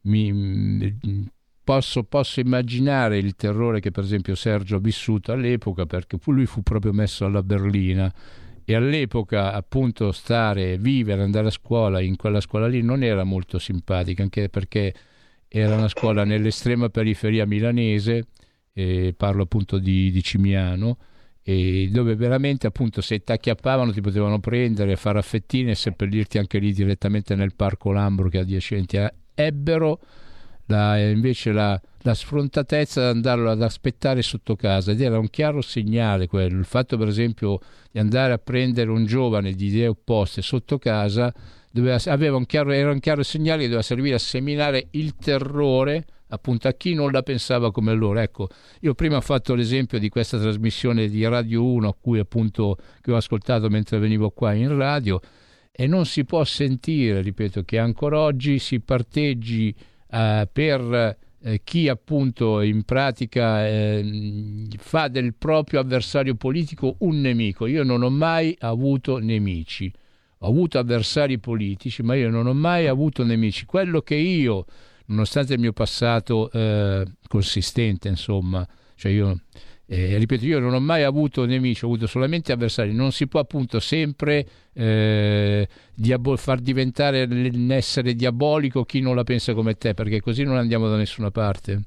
mi... Posso, posso immaginare il terrore che per esempio Sergio ha vissuto all'epoca, perché lui fu proprio messo alla berlina e all'epoca appunto stare, vivere, andare a scuola in quella scuola lì non era molto simpatica, anche perché era una scuola nell'estrema periferia milanese, eh, parlo appunto di, di Cimiano, e dove veramente appunto se ti acchiappavano ti potevano prendere, fare affettine e seppellirti anche lì direttamente nel Parco Lambro che a dieci venti ebbero La, invece la, la sfrontatezza di andarlo ad aspettare sotto casa, ed era un chiaro segnale quello, il fatto per esempio di andare a prendere un giovane di idee opposte sotto casa doveva, aveva un chiaro, era un chiaro segnale che doveva servire a seminare il terrore appunto a chi non la pensava come loro. Ecco, io prima ho fatto l'esempio di questa trasmissione di Radio uno a cui appunto che ho ascoltato mentre venivo qua in radio, e non si può sentire, ripeto, che ancora oggi si parteggi Uh, per uh, chi appunto in pratica uh, fa del proprio avversario politico un nemico. Io non ho mai avuto nemici, ho avuto avversari politici, ma io non ho mai avuto nemici. Quello che io, nonostante il mio passato uh, consistente, insomma, cioè io Eh, ripeto, io non ho mai avuto nemici, ho avuto solamente avversari. Non si può appunto sempre eh, diabo- far diventare l'essere diabolico chi non la pensa come te, perché così non andiamo da nessuna parte.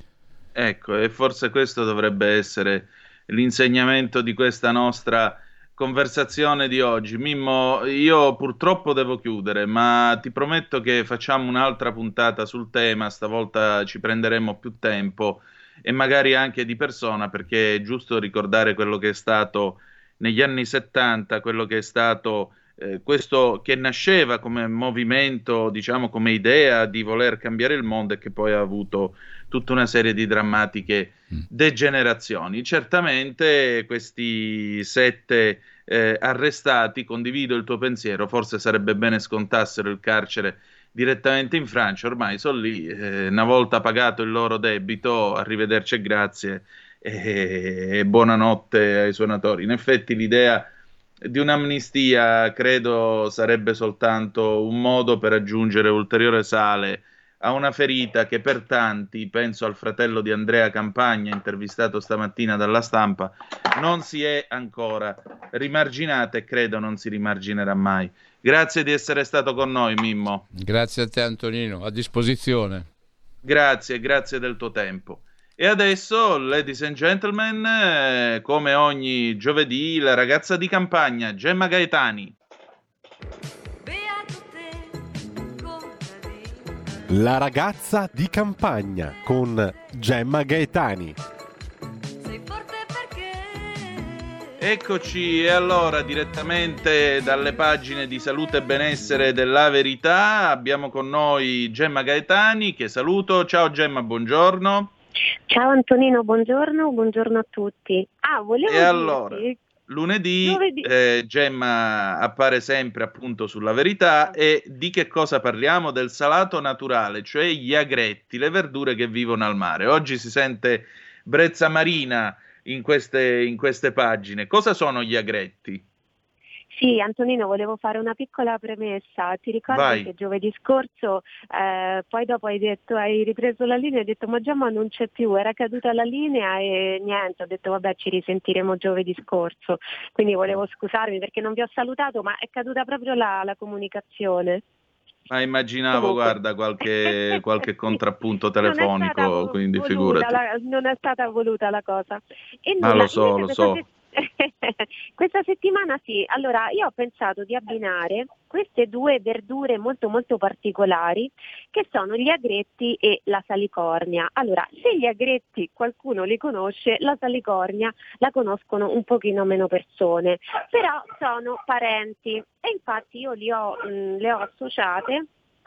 Ecco, e forse questo dovrebbe essere l'insegnamento di questa nostra conversazione di oggi. Mimmo, io purtroppo devo chiudere, ma ti prometto che facciamo un'altra puntata sul tema, stavolta ci prenderemo più tempo e magari anche di persona, perché è giusto ricordare quello che è stato negli anni settanta, quello che è stato eh, questo che nasceva come movimento, diciamo come idea di voler cambiare il mondo e che poi ha avuto tutta una serie di drammatiche degenerazioni. Certamente questi sette eh, arrestati, condivido il tuo pensiero, forse sarebbe bene scontassero il carcere direttamente in Francia, ormai sono lì, eh, una volta pagato il loro debito, arrivederci e grazie e, e buonanotte ai suonatori. In effetti l'idea di un'amnistia credo sarebbe soltanto un modo per aggiungere ulteriore sale a una ferita che per tanti, penso al fratello di Andrea Campagna, intervistato stamattina dalla Stampa, non si è ancora rimarginata e credo non si rimarginerà mai. Grazie di essere stato con noi, Mimmo. Grazie a te, Antonino, a disposizione. Grazie, grazie del tuo tempo. E adesso, ladies and gentlemen, eh, come ogni giovedì, la ragazza di campagna, Gemma Gaetani. La ragazza di campagna con Gemma Gaetani. Eccoci, e allora direttamente dalle pagine di Salute e Benessere della Verità abbiamo con noi Gemma Gaetani, che saluto. Ciao Gemma, buongiorno. Ciao Antonino, buongiorno, buongiorno a tutti. Ah, volevo E dirti... allora, lunedì eh, Gemma appare sempre appunto sulla Verità, e di che cosa parliamo? Del salato naturale, cioè gli agretti, le verdure che vivono al mare. Oggi si sente brezza marina in queste, in queste pagine. Cosa sono gli agretti? Sì, Antonino, volevo fare una piccola premessa. Ti ricordi Vai. che giovedì scorso, eh, poi dopo hai detto, hai ripreso la linea e hai detto ma Gemma non c'è più, era caduta la linea e niente, ho detto vabbè ci risentiremo giovedì scorso. Quindi volevo scusarmi perché non vi ho salutato, ma è caduta proprio la, la comunicazione. Ma immaginavo, Comunque. guarda, qualche, qualche contrappunto telefonico, non è stata quindi voluta figurati. la, non è stata voluta la cosa. E Ma nulla, lo so, invece lo questa so. se- questa settimana sì, allora io ho pensato di abbinare queste due verdure molto molto particolari che sono gli agretti e la salicornia. Allora, se gli agretti qualcuno li conosce, la salicornia la conoscono un pochino meno persone, però sono parenti e infatti io li ho, mh, le ho associate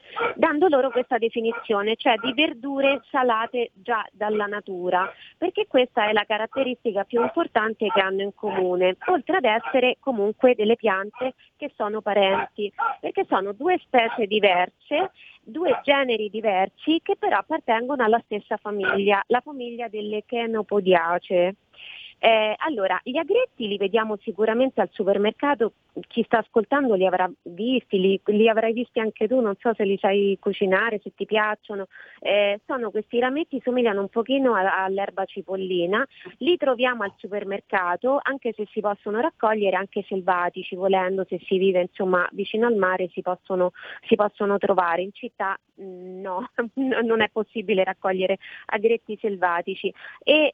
dando loro questa definizione, cioè di verdure salate già dalla natura, perché questa è la caratteristica più importante che hanno in comune, oltre ad essere comunque delle piante che sono parenti, perché sono due specie diverse, due generi diversi che però appartengono alla stessa famiglia, la famiglia delle Chenopodiaceae. Eh, allora, gli agretti li vediamo sicuramente al supermercato, chi sta ascoltando li avrà visti, li, li avrai visti anche tu, non so se li sai cucinare, se ti piacciono, eh, sono questi rametti, somigliano un pochino a, all'erba cipollina, li troviamo al supermercato, anche se si possono raccogliere anche selvatici, volendo, se si vive insomma vicino al mare si possono, si possono trovare, in città mh, no, non è possibile raccogliere agretti selvatici e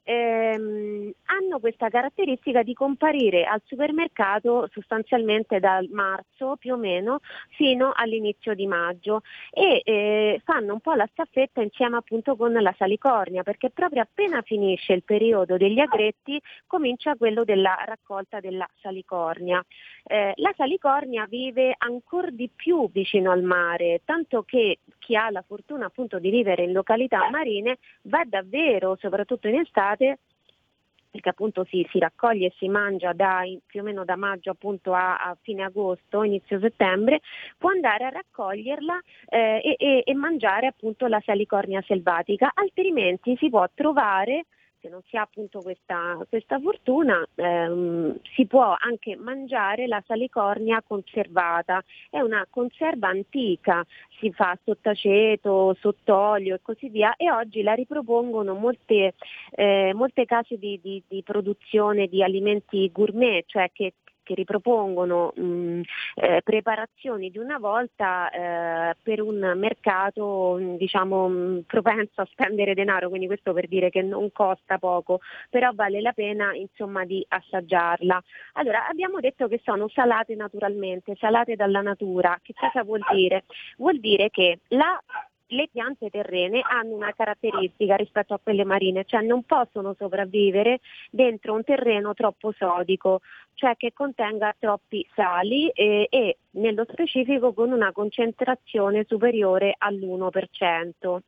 ehm, hanno questa caratteristica di comparire al supermercato sostanzialmente dal marzo più o meno fino all'inizio di maggio e eh, fanno un po' la staffetta insieme appunto con la salicornia, perché proprio appena finisce il periodo degli agretti comincia quello della raccolta della salicornia. Eh, la salicornia vive ancora di più vicino al mare, tanto che chi ha la fortuna appunto di vivere in località marine va davvero, soprattutto in estate, perché appunto si, si raccoglie e si mangia da, più o meno da maggio appunto a, a fine agosto, inizio settembre, può andare a raccoglierla eh, e, e, e mangiare appunto la salicornia selvatica, altrimenti si può trovare, se non si ha appunto questa, questa fortuna, ehm, si può anche mangiare la salicornia conservata, è una conserva antica, si fa sott'aceto, sott'olio e così via e oggi la ripropongono molte, eh, molte case di, di, di produzione di alimenti gourmet, cioè che che ripropongono mh, eh, preparazioni di una volta eh, per un mercato diciamo mh, propenso a spendere denaro, quindi questo per dire che non costa poco, però vale la pena insomma di assaggiarla. Allora abbiamo detto che sono salate naturalmente, salate dalla natura. Che cosa vuol dire? Vuol dire che la le piante terrene hanno una caratteristica rispetto a quelle marine, cioè non possono sopravvivere dentro un terreno troppo sodico, cioè che contenga troppi sali e, e nello specifico con una concentrazione superiore all'uno per cento.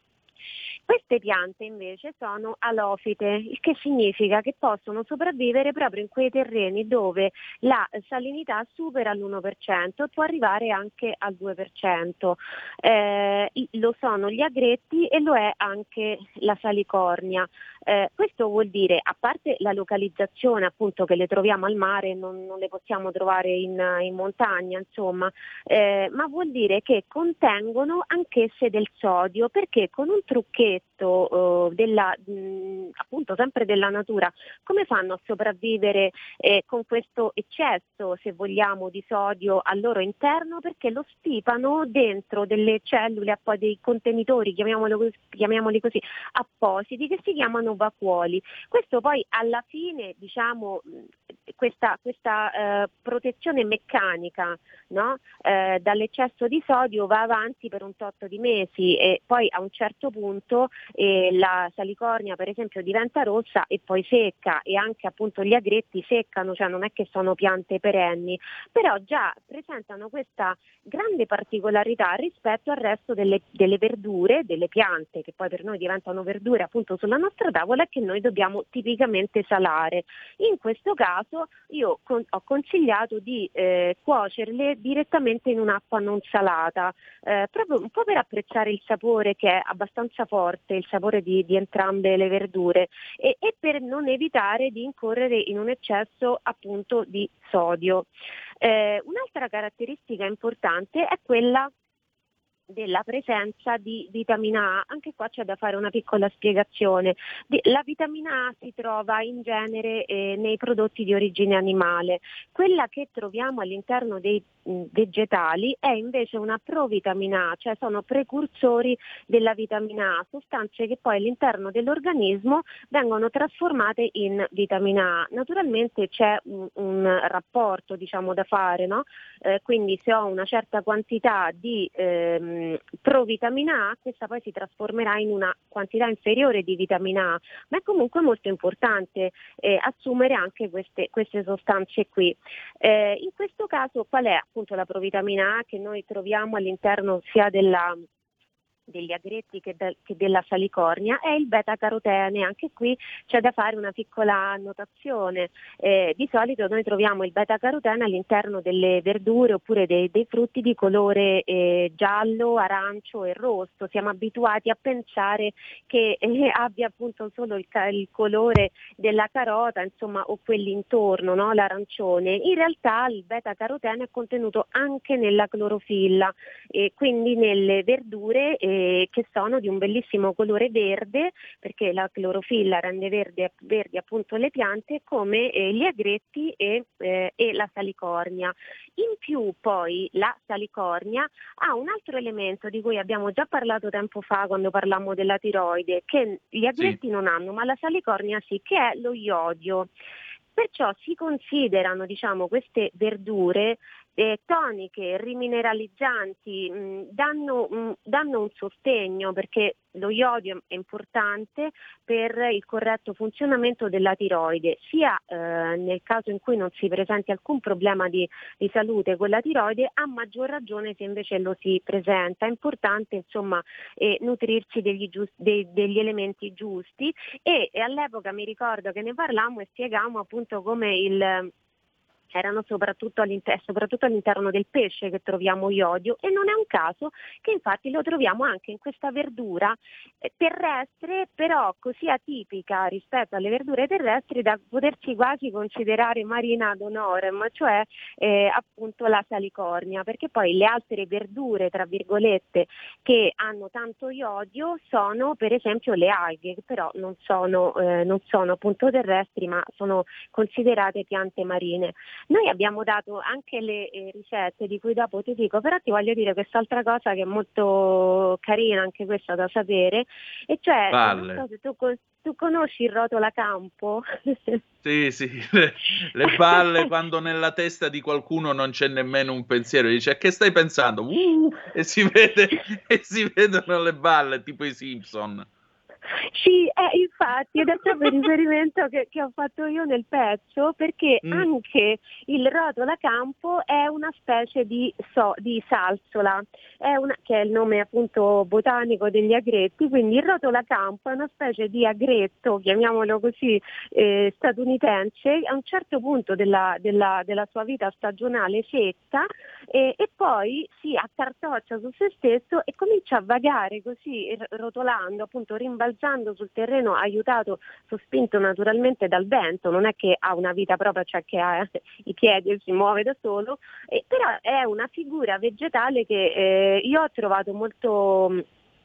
Queste piante invece sono alofite, il che significa che possono sopravvivere proprio in quei terreni dove la salinità supera l'uno per cento e può arrivare anche al due per cento. Eh, lo sono gli agretti e lo è anche la salicornia. Eh, questo vuol dire, a parte la localizzazione appunto che le troviamo al mare, non, non le possiamo trovare in, in montagna, insomma, eh, ma vuol dire che contengono anch'esse del sodio, perché con un trucchetto Uh, della, mh, appunto sempre della natura, come fanno a sopravvivere eh, con questo eccesso, se vogliamo, di sodio al loro interno? Perché lo stipano dentro delle cellule, poi dei contenitori, chiamiamolo, chiamiamoli così, appositi, che si chiamano vacuoli. Questo poi alla fine, diciamo, questa, questa eh, protezione meccanica, no? eh, dall'eccesso di sodio va avanti per un tot di mesi e poi a un certo punto e la salicornia per esempio diventa rossa e poi secca, e anche appunto gli agretti seccano, cioè non è che sono piante perenni, però già presentano questa grande particolarità rispetto al resto delle, delle verdure, delle piante che poi per noi diventano verdure appunto sulla nostra tavola e che noi dobbiamo tipicamente salare. In questo caso io con, ho consigliato di eh, cuocerle direttamente in un'acqua non salata, eh, proprio un po' per apprezzare il sapore che è abbastanza forte, il sapore di, di entrambe le verdure e, e per non evitare di incorrere in un eccesso appunto di sodio. Eh, un'altra caratteristica importante è quella della presenza di vitamina A. Anche qua c'è da fare una piccola spiegazione. La vitamina A si trova in genere eh, nei prodotti di origine animale. Quella che troviamo all'interno dei mh, vegetali è invece una provitamina A, cioè sono precursori della vitamina A, sostanze che poi all'interno dell'organismo vengono trasformate in vitamina A. Naturalmente c'è un, un rapporto, diciamo, da fare, no? Eh, quindi se ho una certa quantità di ehm, ehm, provitamina A, questa poi si trasformerà in una quantità inferiore di vitamina A, ma è comunque molto importante eh, assumere anche queste, queste sostanze qui. Eh, in questo caso qual è appunto la provitamina A che noi troviamo all'interno sia della degli agretti che, de- che della salicornia? È il beta-carotene. Anche qui c'è da fare una piccola annotazione. Eh, di solito noi troviamo il beta-carotene all'interno delle verdure oppure dei, dei frutti di colore eh, giallo, arancio e rosso. Siamo abituati a pensare che eh, abbia appunto solo il, ca- il colore della carota, insomma, o quelli intorno, no? L'arancione. In realtà il beta-carotene è contenuto anche nella clorofilla, e quindi nelle verdure eh, che sono di un bellissimo colore verde, perché la clorofilla rende verde, verdi appunto le piante, come eh, gli agretti e, eh, e la salicornia. In più poi la salicornia ha un altro elemento di cui abbiamo già parlato tempo fa quando parlammo della tiroide, che gli agretti sì. non hanno, ma la salicornia sì, che è lo iodio. Perciò si considerano, diciamo, queste verdure eh, toniche, rimineralizzanti, mh, danno, mh, danno un sostegno, perché lo iodio è importante per il corretto funzionamento della tiroide, sia eh, nel caso in cui non si presenti alcun problema di, di salute con la tiroide, a maggior ragione se invece lo si presenta. È importante insomma eh, nutrirsi degli, giust- de- degli elementi giusti, e, e all'epoca mi ricordo che ne parlammo e spiegammo appunto come il erano soprattutto all'interno, soprattutto all'interno del pesce che troviamo iodio, e non è un caso che infatti lo troviamo anche in questa verdura eh, terrestre, però così atipica rispetto alle verdure terrestri da potersi quasi considerare marina ad honorem, cioè eh, appunto la salicornia, perché poi le altre verdure tra virgolette che hanno tanto iodio sono per esempio le alghe, che però non sono, eh, non sono appunto terrestri, ma sono considerate piante marine. Noi abbiamo dato anche le eh, ricette di cui dopo ti dico, però ti voglio dire quest'altra cosa che è molto carina, anche questa da sapere, e cioè, Valle. non so se tu, tu conosci il rotolacampo? Sì, sì, le, le balle quando nella testa di qualcuno non c'è nemmeno un pensiero, dice a che stai pensando? Uh, e si vede, e si vedono le balle, tipo i Simpson. Sì, eh, infatti, ed è proprio il riferimento che, che ho fatto io nel pezzo, perché mm. anche il rotolacampo è una specie di, so, di salsola, è una, che è il nome appunto botanico degli agretti, quindi il rotolacampo è una specie di agretto, chiamiamolo così, eh, statunitense, a un certo punto della, della, della sua vita stagionale secca, eh, e poi si accartoccia su se stesso e comincia a vagare così, rotolando, appunto rimbalzando sul terreno, aiutato, sospinto naturalmente dal vento. Non è che ha una vita propria, cioè che ha i piedi e si muove da solo, eh, però è una figura vegetale che eh, io ho trovato molto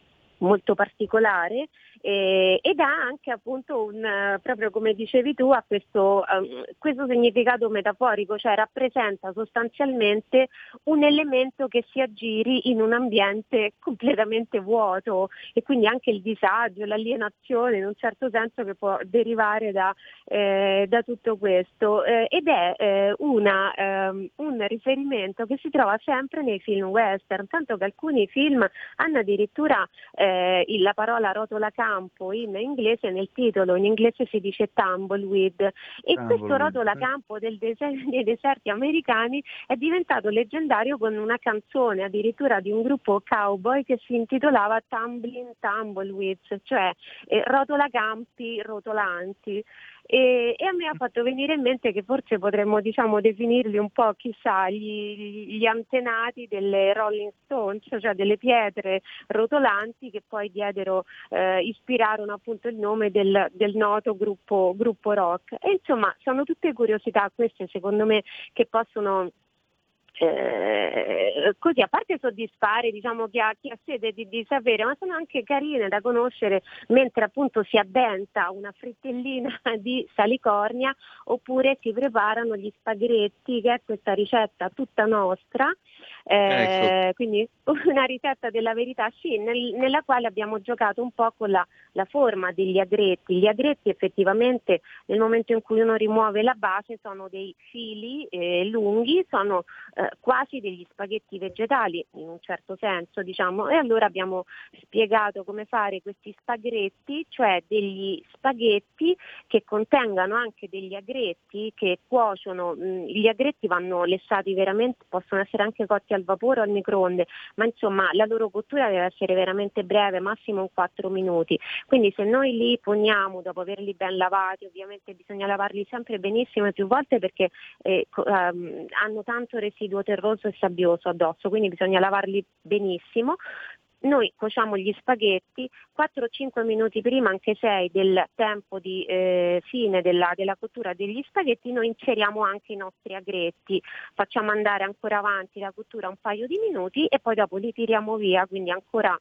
molto particolare, eh, ed ha anche appunto un, uh, proprio come dicevi tu, ha questo, um, questo significato metaforico, cioè rappresenta sostanzialmente un elemento che si aggiri in un ambiente completamente vuoto, e quindi anche il disagio, l'alienazione in un certo senso che può derivare da, eh, da tutto questo, eh, ed è eh, una, um, un riferimento che si trova sempre nei film western, tanto che alcuni film hanno addirittura eh, la parola rotolacampo in inglese nel titolo. In inglese si dice tumbleweed, e tumbleweed. Questo rotolacampo del deser- dei deserti americani è diventato leggendario con una canzone addirittura di un gruppo cowboy che si intitolava Tumbling Tumbleweeds, cioè eh, rotolacampi rotolanti. E, e a me ha fatto venire in mente che forse potremmo, diciamo, definirli un po', chissà, gli, gli antenati delle Rolling Stones, cioè delle pietre rotolanti che poi diedero, eh, ispirarono appunto il nome del, del noto gruppo, gruppo rock. E insomma sono tutte curiosità queste, secondo me, che possono Eh, così, a parte soddisfare, diciamo, chi ha, chi ha sede di, di sapere, ma sono anche carine da conoscere mentre appunto si addenta una frittellina di salicornia oppure si preparano gli spaghetti, che è questa ricetta tutta nostra, eh, ecco. Quindi una ricetta della verità, sì, nel, nella quale abbiamo giocato un po' con la, la forma degli agretti. Gli agretti effettivamente nel momento in cui uno rimuove la base sono dei fili eh, lunghi, sono eh, quasi degli spaghetti vegetali in un certo senso, diciamo, e allora abbiamo spiegato come fare questi spaghetti, cioè degli spaghetti che contengano anche degli agretti che cuociono. Mh, gli agretti vanno lessati veramente, possono essere anche cotti al vapore o al microonde, ma insomma la loro cottura deve essere veramente breve, massimo un quattro minuti. Quindi se noi li poniamo dopo averli ben lavati, ovviamente bisogna lavarli sempre benissimo e più volte perché eh, ehm, hanno tanto residuo terroso e sabbioso addosso, quindi bisogna lavarli benissimo. Noi cuociamo gli spaghetti quattro cinque minuti prima, anche sei del tempo di eh, fine della, della cottura degli spaghetti, noi inseriamo anche i nostri agretti, facciamo andare ancora avanti la cottura un paio di minuti e poi dopo li tiriamo via, quindi ancora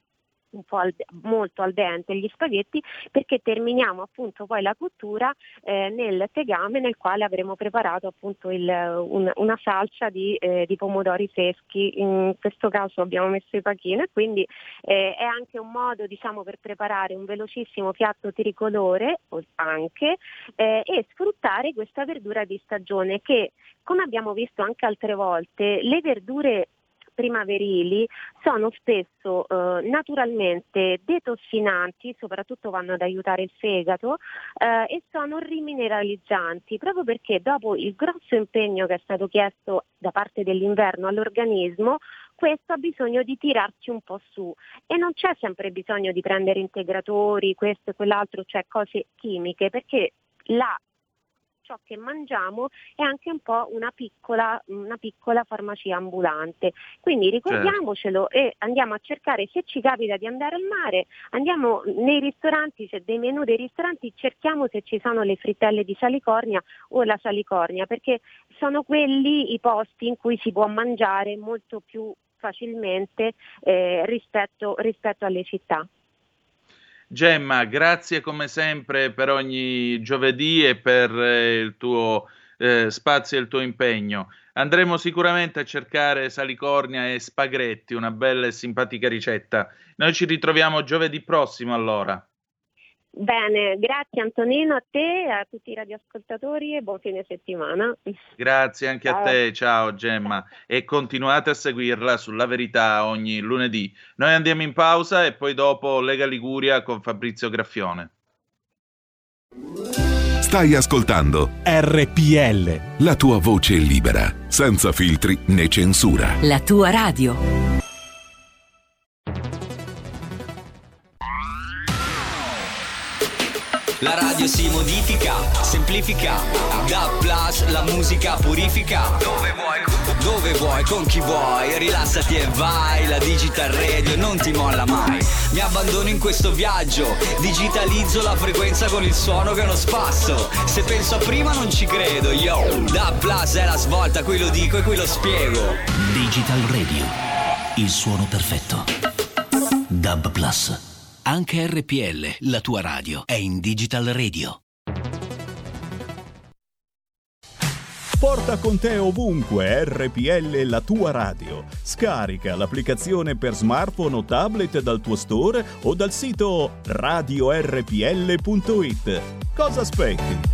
un po' al, molto al dente gli spaghetti, perché terminiamo appunto poi la cottura eh, nel tegame nel quale avremo preparato appunto il, un, una salsa di, eh, di pomodori freschi. In questo caso abbiamo messo i pachino e quindi eh, è anche un modo, diciamo, per preparare un velocissimo piatto tricolore anche eh, e sfruttare questa verdura di stagione che, come abbiamo visto anche altre volte, le verdure primaverili sono spesso eh, naturalmente detossinanti, soprattutto vanno ad aiutare il fegato eh, e sono rimineralizzanti, proprio perché dopo il grosso impegno che è stato chiesto da parte dell'inverno all'organismo, questo ha bisogno di tirarci un po' su e non c'è sempre bisogno di prendere integratori, questo e quell'altro, cioè cose chimiche, perché la ciò che mangiamo è anche un po' una piccola, una piccola farmacia ambulante. Quindi ricordiamocelo certo. E andiamo a cercare, se ci capita di andare al mare, andiamo nei ristoranti, c'è dei menù dei ristoranti, cerchiamo se ci sono le frittelle di salicornia o la salicornia, perché sono quelli i posti in cui si può mangiare molto più facilmente eh, rispetto, rispetto alle città. Gemma, grazie come sempre per ogni giovedì e per eh, il tuo eh, spazio e il tuo impegno. Andremo sicuramente a cercare salicornia e spaghetti, una bella e simpatica ricetta. Noi ci ritroviamo giovedì prossimo allora. Bene, grazie Antonino, a te, a tutti i radioascoltatori e buon fine settimana. Grazie anche ciao. A te, ciao Gemma, e continuate a seguirla sulla Verità ogni lunedì. Noi andiamo in pausa e poi dopo Lega Liguria con Fabrizio Graffione. Stai ascoltando R P L, la tua voce libera, senza filtri né censura. La tua radio. La radio si modifica, semplifica, da plus la musica purifica. Dove vuoi, dove vuoi, con chi vuoi, rilassati e vai. La Digital Radio non ti molla mai. Mi abbandono in questo viaggio, digitalizzo la frequenza con il suono che è uno spasso. Se penso a prima non ci credo, yo. Da plus è la svolta, qui lo dico e qui lo spiego. Digital Radio, il suono perfetto. Dub Plus. Anche R P L, la tua radio, è in Digital Radio. Porta con te ovunque R P L, la tua radio. Scarica l'applicazione per smartphone o tablet dal tuo store o dal sito radio erre pi elle punto it. Cosa aspetti?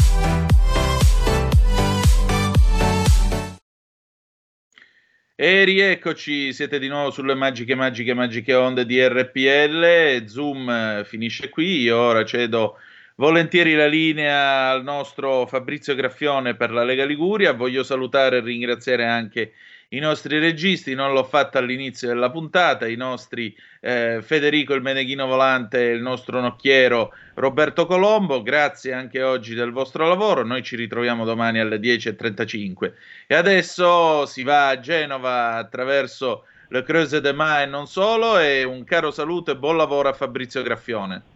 E rieccoci, siete di nuovo sulle magiche, magiche, magiche onde di R P L. Zoom finisce qui, io ora cedo volentieri la linea al nostro Fabrizio Graffione per la Lega Liguria. Voglio salutare e ringraziare anche i nostri registi, non l'ho fatto all'inizio della puntata, i nostri eh, Federico il Meneghino Volante e il nostro nocchiero Roberto Colombo, grazie anche oggi del vostro lavoro. Noi ci ritroviamo domani alle dieci e trentacinque e adesso si va a Genova attraverso le Creuse de Mai e non solo, e un caro saluto e buon lavoro a Fabrizio Graffione.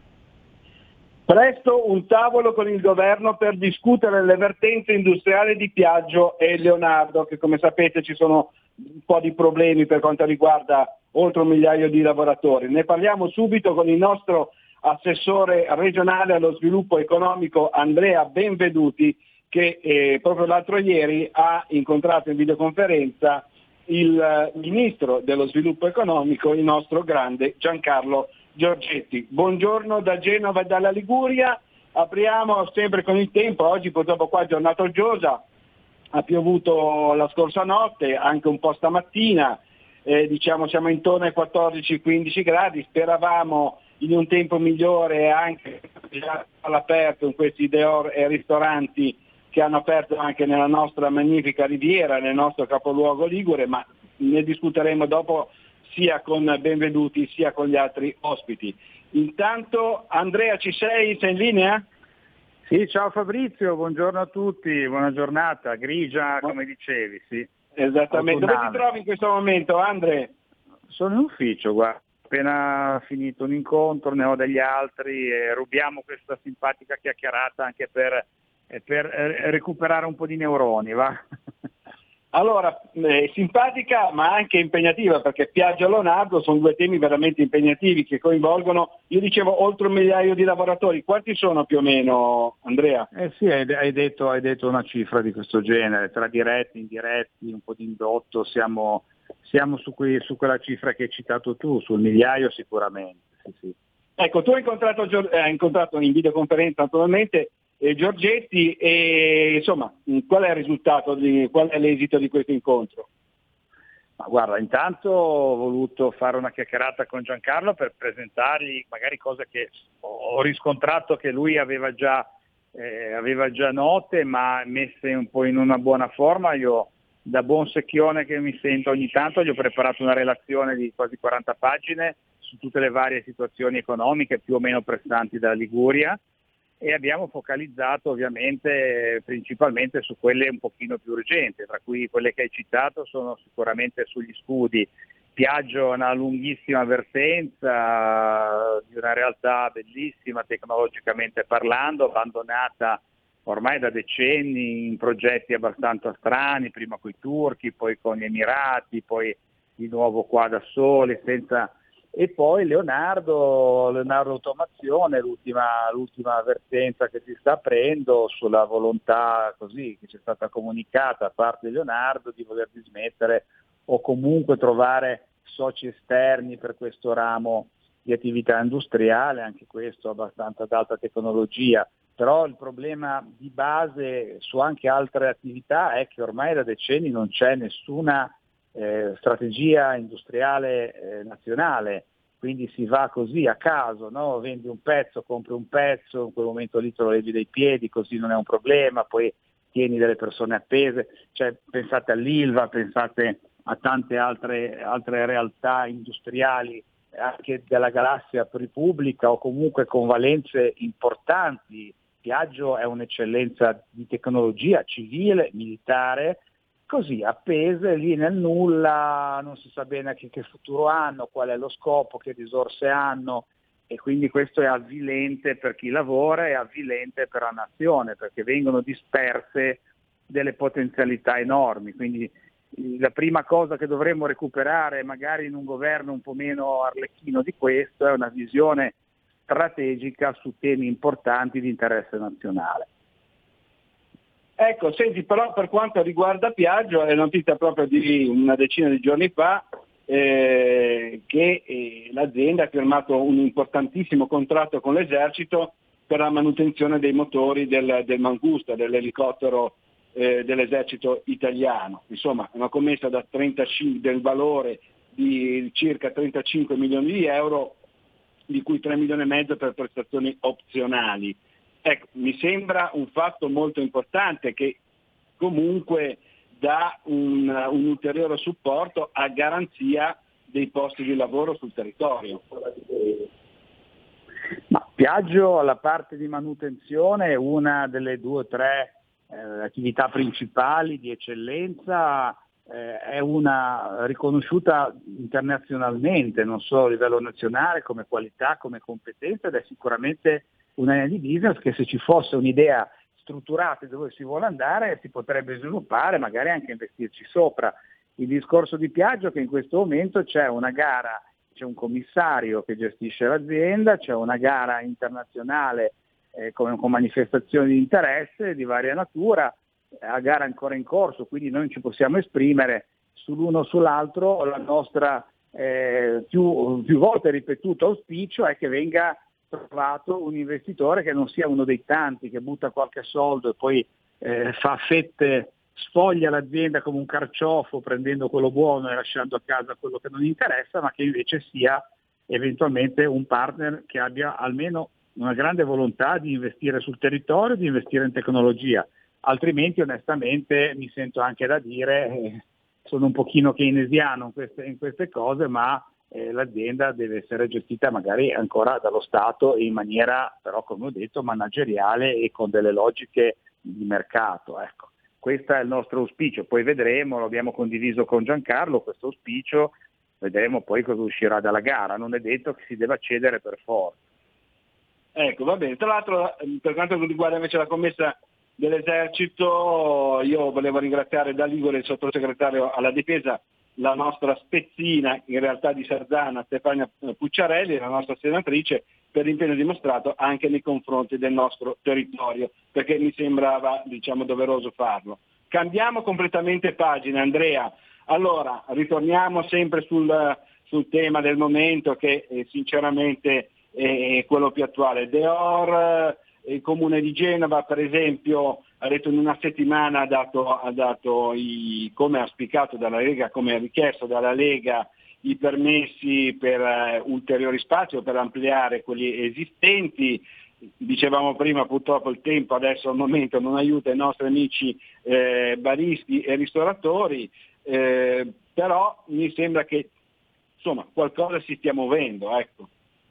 Presto un tavolo con il governo per discutere le vertenze industriali di Piaggio e Leonardo, che come sapete ci sono un po' di problemi per quanto riguarda oltre un migliaio di lavoratori. Ne parliamo subito con il nostro assessore regionale allo sviluppo economico Andrea Benveduti, che eh, proprio l'altro ieri ha incontrato in videoconferenza il ministro dello sviluppo economico, il nostro grande Giancarlo Giorgetti. Buongiorno da Genova e dalla Liguria. Apriamo sempre con il tempo, oggi purtroppo qua è giornata uggiosa, ha piovuto la scorsa notte, anche un po' stamattina, eh, diciamo siamo intorno ai quattordici quindici gradi, speravamo in un tempo migliore anche all'aperto in questi dehors e ristoranti che hanno aperto anche nella nostra magnifica riviera, nel nostro capoluogo ligure, ma ne discuteremo dopo sia con Benvenuti sia con gli altri ospiti. Intanto Andrea, ci sei? Sei in linea? Sì, ciao Fabrizio, buongiorno a tutti, buona giornata, grigia come dicevi, sì. Esattamente, dove ti trovi in questo momento, Andre? Sono in ufficio, guarda, appena finito un incontro, ne ho degli altri e rubiamo questa simpatica chiacchierata anche per, per recuperare un po' di neuroni, va? Allora, eh, simpatica ma anche impegnativa, perché Piaggio e Leonardo sono due temi veramente impegnativi che coinvolgono, io dicevo, oltre un migliaio di lavoratori. Quanti sono più o meno, Andrea? Eh sì, hai, hai, detto, hai detto una cifra di questo genere, tra diretti, indiretti, un po' di indotto, siamo, siamo su, qui, su quella cifra che hai citato tu, sul migliaio sicuramente. Sì, sì. Ecco, tu hai incontrato, eh, hai incontrato in videoconferenza naturalmente eh, Giorgetti e insomma qual è il risultato, di, qual è l'esito di questo incontro? Ma guarda, intanto ho voluto fare una chiacchierata con Giancarlo per presentargli magari cose che ho riscontrato che lui aveva già, eh, aveva già note ma messe un po' in una buona forma. Io da buon secchione che mi sento ogni tanto gli ho preparato una relazione di quasi quaranta pagine su tutte le varie situazioni economiche più o meno pressanti dalla Liguria e abbiamo focalizzato ovviamente principalmente su quelle un pochino più urgenti, tra cui quelle che hai citato sono sicuramente sugli scudi. Piaggio è una lunghissima vertenza di una realtà bellissima tecnologicamente parlando, abbandonata ormai da decenni in progetti abbastanza strani, prima con i turchi, poi con gli Emirati, poi di nuovo qua da soli, senza... E poi Leonardo, Leonardo Automazione, l'ultima, l'ultima avvertenza che si sta aprendo sulla volontà così che ci è stata comunicata da parte di Leonardo di voler dismettere o comunque trovare soci esterni per questo ramo di attività industriale, anche questo abbastanza ad alta tecnologia. Però il problema di base su anche altre attività è che ormai da decenni non c'è nessuna Eh, strategia industriale eh, nazionale, quindi si va così a caso, no? Vendi un pezzo, compri un pezzo, in quel momento lì te lo levi dai piedi, così non è un problema, poi tieni delle persone appese, cioè, pensate all'Ilva, pensate a tante altre, altre realtà industriali anche della galassia repubblica o comunque con valenze importanti. Piaggio è un'eccellenza di tecnologia civile, militare, così appese lì nel nulla, non si sa bene che, che futuro hanno, qual è lo scopo, che risorse hanno e quindi questo è avvilente per chi lavora e avvilente per la nazione perché vengono disperse delle potenzialità enormi. Quindi la prima cosa che dovremmo recuperare magari in un governo un po' meno arlecchino di questo è una visione strategica su temi importanti di interesse nazionale. Ecco, senti, però per quanto riguarda Piaggio, è notizia proprio di una decina di giorni fa eh, che eh, l'azienda ha firmato un importantissimo contratto con l'esercito per la manutenzione dei motori del, del Mangusta, dell'elicottero eh, dell'esercito italiano. Insomma, è una commessa da trentacinque, del valore di circa trentacinque milioni di euro, di cui tre milioni e mezzo per prestazioni opzionali. Ecco, mi sembra un fatto molto importante che comunque dà un, un ulteriore supporto a garanzia dei posti di lavoro sul territorio. Ma Piaggio, la parte di manutenzione, è una delle due o tre eh, attività principali di eccellenza, eh, è una riconosciuta internazionalmente, non solo a livello nazionale, come qualità, come competenza, ed è sicuramente un'area di business che se ci fosse un'idea strutturata di dove si vuole andare si potrebbe sviluppare, magari anche investirci sopra. Il discorso di Piaggio è che in questo momento c'è una gara, c'è un commissario che gestisce l'azienda, c'è una gara internazionale eh, con, con manifestazioni di interesse di varia natura, la gara è ancora in corso, quindi noi non ci possiamo esprimere sull'uno o sull'altro. La nostra eh, più, più volte ripetuto auspicio è che venga trovato un investitore che non sia uno dei tanti che butta qualche soldo e poi eh, fa fette sfoglia l'azienda come un carciofo prendendo quello buono e lasciando a casa quello che non interessa, ma che invece sia eventualmente un partner che abbia almeno una grande volontà di investire sul territorio, di investire in tecnologia. Altrimenti onestamente mi sento anche da dire, eh, sono un pochino keynesiano in queste, in queste cose, ma eh, l'azienda deve essere gestita magari ancora dallo Stato in maniera però, come ho detto, manageriale e con delle logiche di mercato. Ecco. Questo è il nostro auspicio, poi vedremo, lo abbiamo condiviso con Giancarlo questo auspicio, vedremo poi cosa uscirà dalla gara, non è detto che si debba cedere per forza. Ecco, va bene. Tra l'altro, per quanto riguarda invece la commessa dell'esercito, io volevo ringraziare da Ligure il sottosegretario alla difesa, la nostra spezzina in realtà di Sarzana, Stefania Pucciarelli, la nostra senatrice, per l'impegno dimostrato anche nei confronti del nostro territorio, perché mi sembrava, diciamo, doveroso farlo. Cambiamo completamente pagina, Andrea. Allora, ritorniamo sempre sul, sul tema del momento che eh, sinceramente è quello più attuale. Deor, il comune di Genova per esempio ha detto in una settimana ha dato, ha dato i, come auspicato dalla Lega, come richiesto dalla Lega, i permessi per uh, ulteriori spazi o per ampliare quelli esistenti. Dicevamo prima, purtroppo il tempo adesso al momento non aiuta i nostri amici eh, baristi e ristoratori, eh, però mi sembra che insomma qualcosa si stia muovendo, ecco.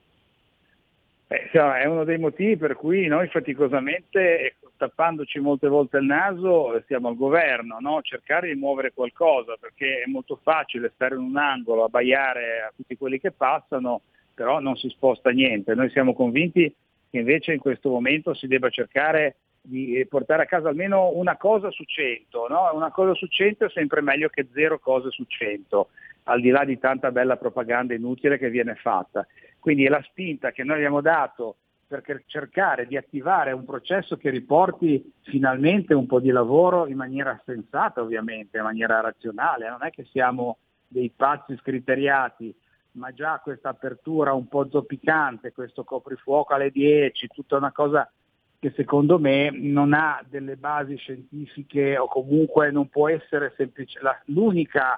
Eh, è uno dei motivi per cui noi faticosamente, tappandoci molte volte il naso, stiamo al governo, no? Cercare di muovere qualcosa, perché è molto facile stare in un angolo, abbaiare a tutti quelli che passano, però non si sposta niente. Noi siamo convinti che invece in questo momento si debba cercare di portare a casa almeno una cosa su cento, no? Una cosa su cento è sempre meglio che zero cose su cento, al di là di tanta bella propaganda inutile che viene fatta. Quindi è la spinta che noi abbiamo dato per cercare di attivare un processo che riporti finalmente un po' di lavoro in maniera sensata, ovviamente, in maniera razionale. Non è che siamo dei pazzi scriteriati, ma già questa apertura un po' zoppicante, questo coprifuoco alle dieci, tutta una cosa che secondo me non ha delle basi scientifiche o comunque non può essere semplice, la, l'unica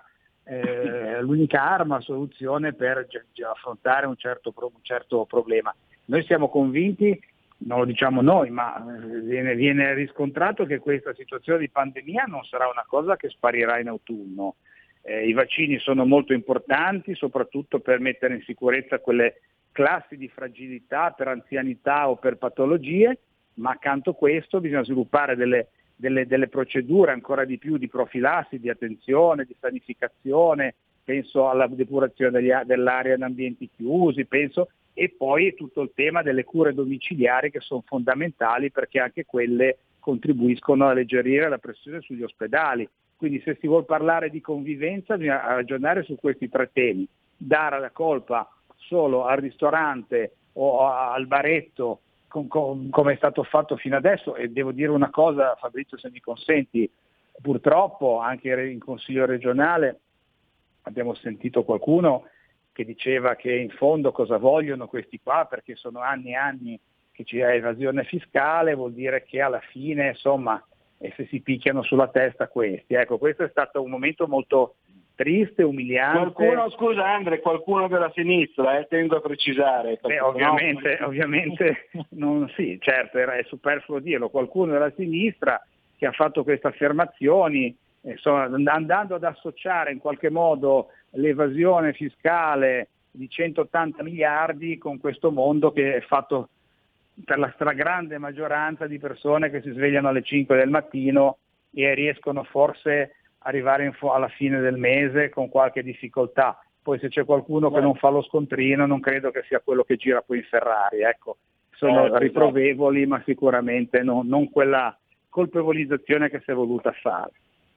Eh, l'unica arma, soluzione per gi- affrontare un certo, pro- un certo problema. Noi siamo convinti, non lo diciamo noi, ma viene, viene riscontrato che questa situazione di pandemia non sarà una cosa che sparirà in autunno. Eh, I vaccini sono molto importanti, soprattutto per mettere in sicurezza quelle classi di fragilità per anzianità o per patologie, ma accanto a questo bisogna sviluppare delle Delle, delle procedure ancora di più di profilassi, di attenzione, di sanificazione, penso alla depurazione degli, dell'aria in ambienti chiusi, penso, e poi tutto il tema delle cure domiciliari che sono fondamentali perché anche quelle contribuiscono a alleggerire la pressione sugli ospedali. Quindi se si vuol parlare di convivenza bisogna ragionare su questi tre temi, dare la colpa solo al ristorante o al baretto Con, con, come è stato fatto fino adesso, e devo dire una cosa, Fabrizio, se mi consenti, purtroppo anche in Consiglio regionale abbiamo sentito qualcuno che diceva che in fondo cosa vogliono questi qua, perché sono anni e anni che c'è evasione fiscale, vuol dire che alla fine insomma e se si picchiano sulla testa questi. Ecco, questo è stato un momento molto triste, umiliante. Qualcuno, scusa Andre, qualcuno della sinistra, eh, tengo a precisare. Beh, ovviamente, no? ovviamente non, sì, certo, era, è superfluo dirlo, qualcuno della sinistra che ha fatto queste affermazioni, insomma, andando ad associare in qualche modo l'evasione fiscale di centottanta miliardi con questo mondo che è fatto per la stragrande maggioranza di persone che si svegliano alle cinque del mattino e riescono forse arrivare in fo- alla fine del mese con qualche difficoltà. Poi se c'è qualcuno che non fa lo scontrino non credo che sia quello che gira poi in Ferrari, ecco. Sono eh, riprovevoli, ma sicuramente no, non quella colpevolizzazione che si è voluta fare.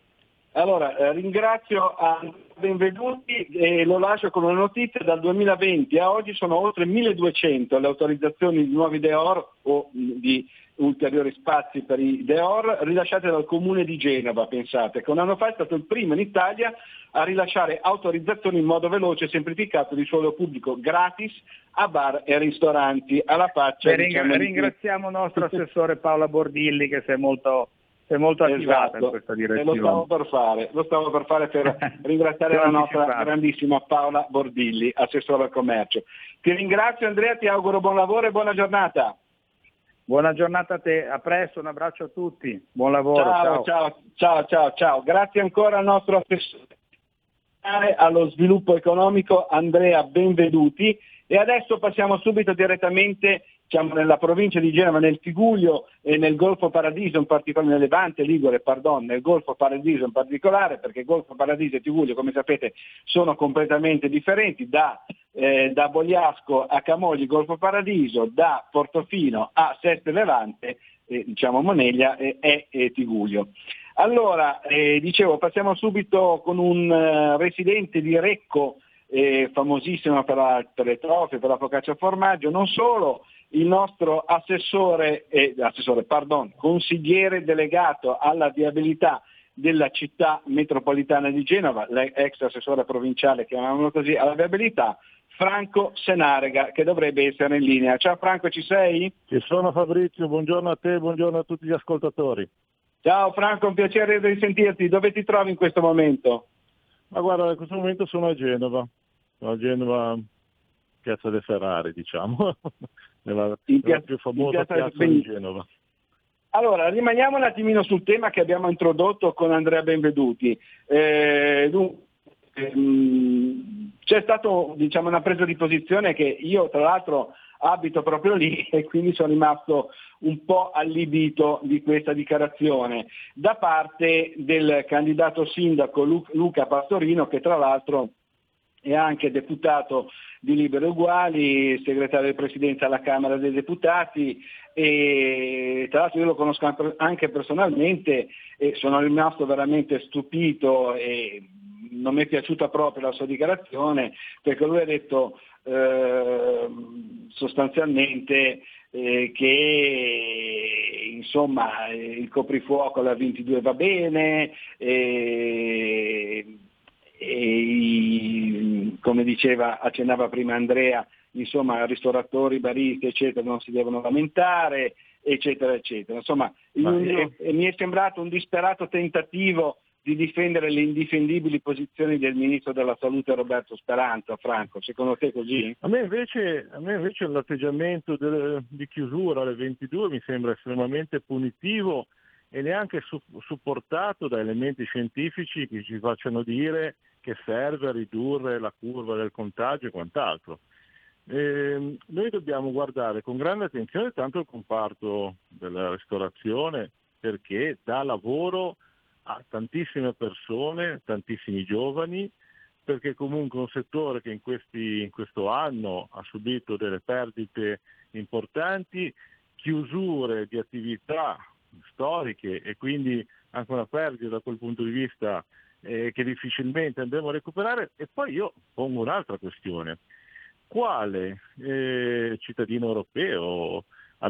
Allora, eh, ringrazio a benvenuti e lo lascio con una notizia: dal duemilaventi a oggi sono oltre milleduecento le autorizzazioni di nuovi Deor o mh, di ulteriori spazi per i Deor rilasciate dal Comune di Genova. Pensate che un anno fa è stato il primo in Italia a rilasciare autorizzazioni in modo veloce e semplificato di suolo pubblico gratis a bar e ristoranti, alla faccia. Beh, ringra- diciamo, ringraziamo il nostro assessore Paola Bordilli che si è molto è molto attivata esatto. in questa direzione. E lo stavo per fare, lo stavo per fare per ringraziare la nostra grandissima Paola Bordilli, assessore al commercio. Ti ringrazio Andrea, ti auguro buon lavoro e buona giornata. Buona giornata a te, a presto, un abbraccio a tutti, buon lavoro. Ciao, ciao, ciao, ciao, ciao. Grazie ancora al nostro assessore allo sviluppo economico Andrea Benveduti. E adesso passiamo subito direttamente, siamo nella provincia di Genova, nel Tigullio e nel Golfo Paradiso, in particolare nel Levante Ligure, pardon, nel Golfo Paradiso in particolare, perché Golfo Paradiso e Tigullio, come sapete, sono completamente differenti, da, eh, da Bogliasco a Camogli, Golfo Paradiso, da Portofino a Seste Levante, eh, diciamo Moneglia e eh, eh, Tigullio. Allora, eh, dicevo, passiamo subito con un uh, residente di Recco, Eh, famosissima per, la, per le trofie, per la focaccia formaggio, non solo, il nostro assessore, eh, assessore pardon, consigliere delegato alla viabilità della città metropolitana di Genova, l'ex assessore provinciale, chiamiamolo così, alla viabilità, Franco Senarega, che dovrebbe essere in linea. Ciao Franco, ci sei? Ci sono Fabrizio, buongiorno a te, buongiorno a tutti gli ascoltatori. Ciao Franco, un piacere di sentirti, dove ti trovi in questo momento? Ma guarda, in questo momento sono a Genova, sono a Genova, Piazza dei Ferrari, diciamo, nella, in nella più famosa piazza, piazza di Genova. Allora, rimaniamo un attimino sul tema che abbiamo introdotto con Andrea Benveduti. Eh, dunque, ehm, c'è stato, diciamo, una presa di posizione che io, tra l'altro, abito proprio lì e quindi sono rimasto un po' allibito di questa dichiarazione da parte del candidato sindaco Lu- Luca Pastorino, che tra l'altro è anche deputato di Liberi e Uguali, segretario di presidenza alla Camera dei Deputati, e tra l'altro io lo conosco anche personalmente e sono rimasto veramente stupito e non mi è piaciuta proprio la sua dichiarazione, perché lui ha detto eh, sostanzialmente eh, che insomma il coprifuoco alle ventidue va bene, e, e come diceva, accennava prima Andrea, insomma ristoratori, baristi eccetera non si devono lamentare, eccetera eccetera. Insomma io... è, mi è sembrato un disperato tentativo di difendere le indifendibili posizioni del ministro della salute Roberto Speranza. Franco, secondo te è così? A me invece, a me invece l'atteggiamento delle, di chiusura alle ventidue mi sembra estremamente punitivo e neanche su, supportato da elementi scientifici che ci facciano dire che serve a ridurre la curva del contagio e quant'altro. Eh, noi dobbiamo guardare con grande attenzione tanto il comparto della ristorazione, perché dà lavoro a tantissime persone, tantissimi giovani, perché comunque è un settore che in, questi, in questo anno ha subito delle perdite importanti, chiusure di attività storiche e quindi anche una perdita da quel punto di vista eh, che difficilmente andremo a recuperare. E poi io pongo un'altra questione: quale eh, cittadino europeo,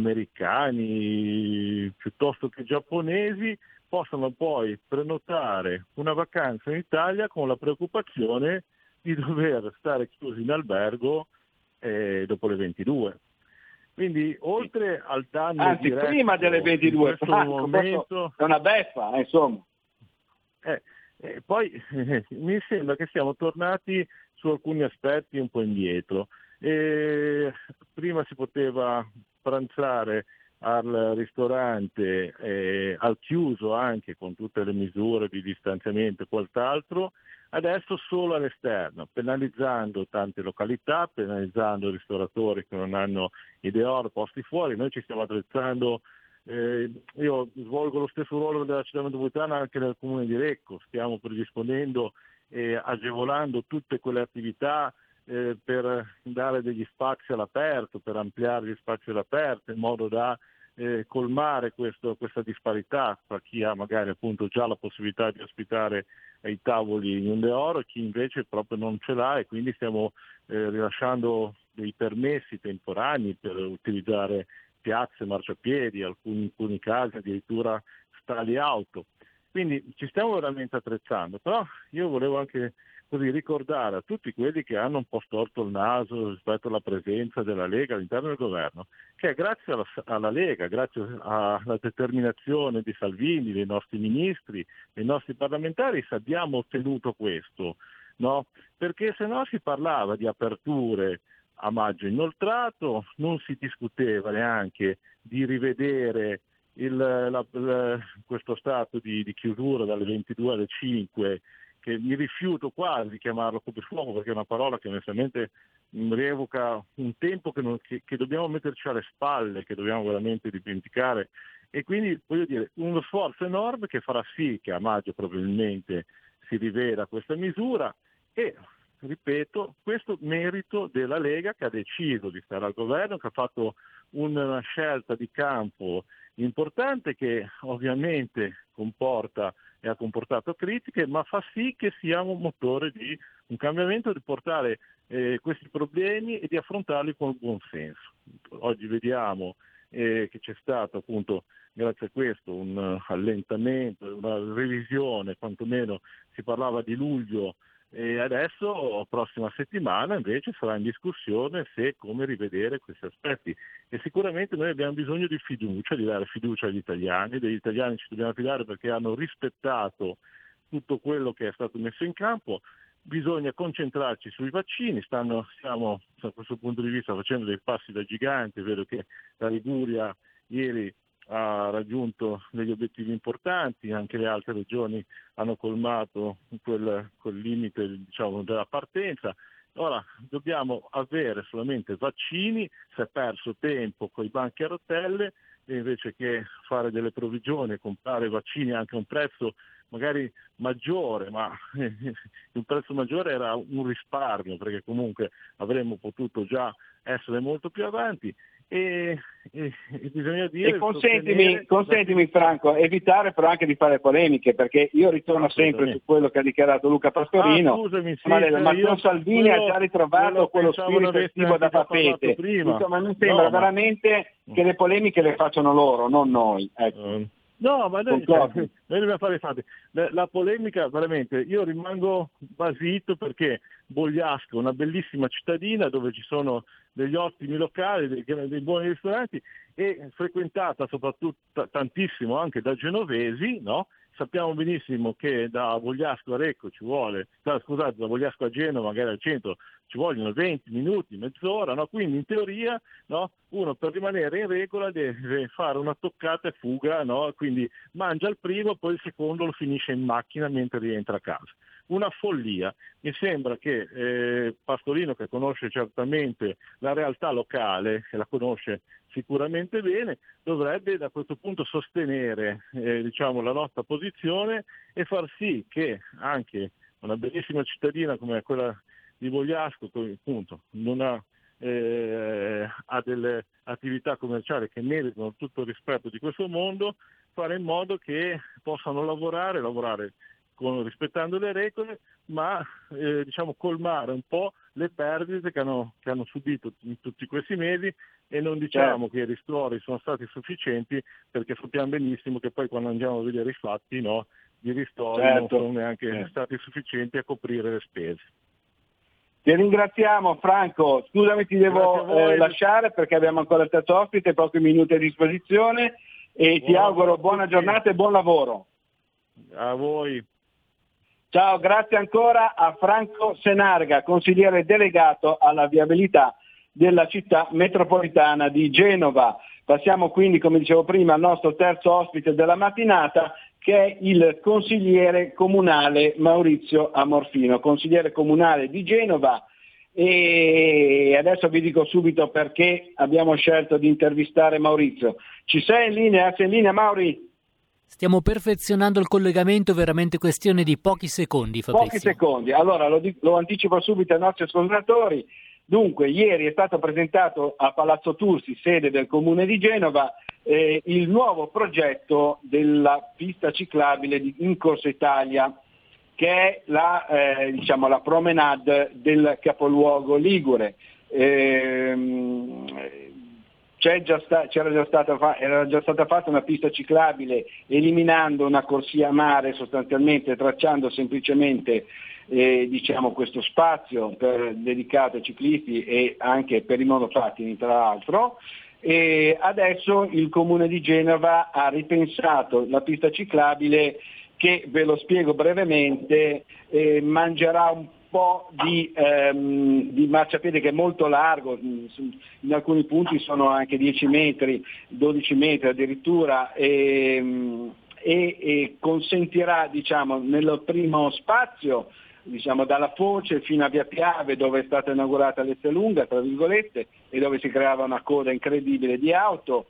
americani piuttosto che giapponesi possono poi prenotare una vacanza in Italia con la preoccupazione di dover stare chiusi in albergo eh, dopo le ventidue? Quindi oltre al danno anzi diretto, prima delle ventidue, Franco, momento, è una beffa, eh, insomma. Eh, eh, poi eh, mi sembra che siamo tornati su alcuni aspetti un po' indietro. Eh, prima si poteva pranzare al ristorante, eh, al chiuso anche con tutte le misure di distanziamento e quant'altro, adesso solo all'esterno, penalizzando tante località, penalizzando i ristoratori che non hanno i deor posti fuori. Noi ci stiamo attrezzando, eh, io svolgo lo stesso ruolo della città metropolitana anche nel comune di Recco, stiamo predisponendo e agevolando tutte quelle attività eh, per dare degli spazi all'aperto, per ampliare gli spazi all'aperto in modo da eh, colmare questo, questa disparità tra chi ha magari appunto già la possibilità di ospitare ai tavoli in deoro e chi invece proprio non ce l'ha, e quindi stiamo eh, rilasciando dei permessi temporanei per utilizzare piazze, marciapiedi, alcuni, in alcuni casi addirittura stali auto. Quindi ci stiamo veramente attrezzando, però io volevo anche così ricordare a tutti quelli che hanno un po' storto il naso rispetto alla presenza della Lega all'interno del governo, che grazie alla, alla Lega, grazie alla determinazione di Salvini, dei nostri ministri, dei nostri parlamentari, abbiamo ottenuto questo, no? Perché se no si parlava di aperture a maggio inoltrato, non si discuteva neanche di rivedere il, la, la, questo stato di, di chiusura dalle ventidue alle cinque, che mi rifiuto quasi di chiamarlo coprifuoco perché è una parola che onestamente rievoca un tempo che, non, che, che dobbiamo metterci alle spalle, che dobbiamo veramente dimenticare, e quindi voglio dire uno sforzo enorme che farà sì che a maggio probabilmente si riveda questa misura e, ripeto, questo merito della Lega che ha deciso di stare al governo, che ha fatto una scelta di campo importante che ovviamente comporta e ha comportato critiche, ma fa sì che sia un motore di un cambiamento, di portare eh, questi problemi e di affrontarli con buon senso. Oggi vediamo eh, che c'è stato appunto grazie a questo un uh, allentamento, una revisione, quantomeno si parlava di luglio, e adesso prossima settimana invece sarà in discussione se e come rivedere questi aspetti, e sicuramente noi abbiamo bisogno di fiducia, di dare fiducia agli italiani, degli italiani ci dobbiamo fidare perché hanno rispettato tutto quello che è stato messo in campo. Bisogna concentrarci sui vaccini, stanno, stiamo da questo punto di vista facendo dei passi da gigante, vedo che la Liguria ieri ha raggiunto degli obiettivi importanti, anche le altre regioni hanno colmato quel, quel limite, diciamo, della partenza. Ora dobbiamo avere solamente vaccini, si è perso tempo con i banchi a rotelle, e invece che fare delle provvigioni e comprare vaccini anche a un prezzo magari maggiore, ma eh, il prezzo maggiore era un risparmio perché comunque avremmo potuto già essere molto più avanti. E, e, e bisogna dire e consentimi, consentimi Franco, evitare però anche di fare polemiche, perché io ritorno sempre su quello che ha dichiarato Luca Pastorino. Ah, scusami, sì, ma Matteo Salvini quello, ha già ritrovato quello spirito estivo da papete. Insomma, mi sembra no, veramente ma... che le polemiche le facciano loro, non noi. Ecco. Um. No, ma noi, cioè, noi dobbiamo fare i fatti. La, la polemica, veramente, io rimango basito perché Bogliasco è una bellissima cittadina dove ci sono degli ottimi locali, dei, dei buoni ristoranti, e frequentata soprattutto tantissimo anche da genovesi, no? Sappiamo benissimo che da Bogliasco a Recco ci vuole, da, scusate, da Bogliasco a Genova, magari al centro, ci vogliono venti minuti, mezz'ora, no? Quindi in teoria, no? Uno per rimanere in regola deve fare una toccata e fuga, no? Quindi mangia il primo, poi il secondo lo finisce in macchina mentre rientra a casa. Una follia. Mi sembra che eh, Pastorino, che conosce certamente la realtà locale e la conosce sicuramente bene, dovrebbe da questo punto sostenere eh, diciamo, la nostra posizione e far sì che anche una bellissima cittadina come quella di Bogliasco, che appunto non ha, eh, ha delle attività commerciali che meritano tutto il rispetto di questo mondo, fare in modo che possano lavorare, lavorare con, rispettando le regole, ma eh, diciamo colmare un po' le perdite che hanno, che hanno subito in tutti questi mesi, e non diciamo certo. che i ristori sono stati sufficienti, perché sappiamo benissimo che poi quando andiamo a vedere i fatti, no, i ristori certo. non sono neanche certo. stati sufficienti a coprire le spese. Ti ringraziamo Franco, scusami ti devo eh, lasciare perché abbiamo ancora il terzo ospite, pochi minuti a disposizione, e buon ti auguro buona giornata e buon lavoro. A voi. Ciao, grazie ancora a Franco Senarga, consigliere delegato alla viabilità della città metropolitana di Genova. Passiamo quindi, come dicevo prima, al nostro terzo ospite della mattinata, che è il consigliere comunale Maurizio Amorfino, consigliere comunale di Genova. E adesso vi dico subito perché abbiamo scelto di intervistare Maurizio. Ci sei in linea? Sei in linea, Mauri? Stiamo perfezionando il collegamento, veramente questione di pochi secondi, Fabrizio. Pochi secondi. Allora lo, lo anticipo subito ai nostri ascoltatori. Dunque, ieri è stato presentato a Palazzo Tursi, sede del Comune di Genova, eh, il nuovo progetto della pista ciclabile di, in Corso Italia, che è la, eh, diciamo, la promenade del capoluogo ligure. Eh, c'è già sta, c'era già stata fa, era già stata fatta una pista ciclabile eliminando una corsia a mare, sostanzialmente tracciando semplicemente eh, diciamo questo spazio per, dedicato ai ciclisti e anche per i monopattini tra l'altro. E adesso il Comune di Genova ha ripensato la pista ciclabile che, ve lo spiego brevemente, eh, mangerà un po' di, ehm, di marciapiede che è molto largo, in alcuni punti sono anche dieci metri, dodici metri addirittura, e, e, e consentirà, diciamo, nel primo spazio, diciamo dalla Foce fino a Via Piave, dove è stata inaugurata l'Esselunga, tra virgolette, e dove si creava una coda incredibile di auto,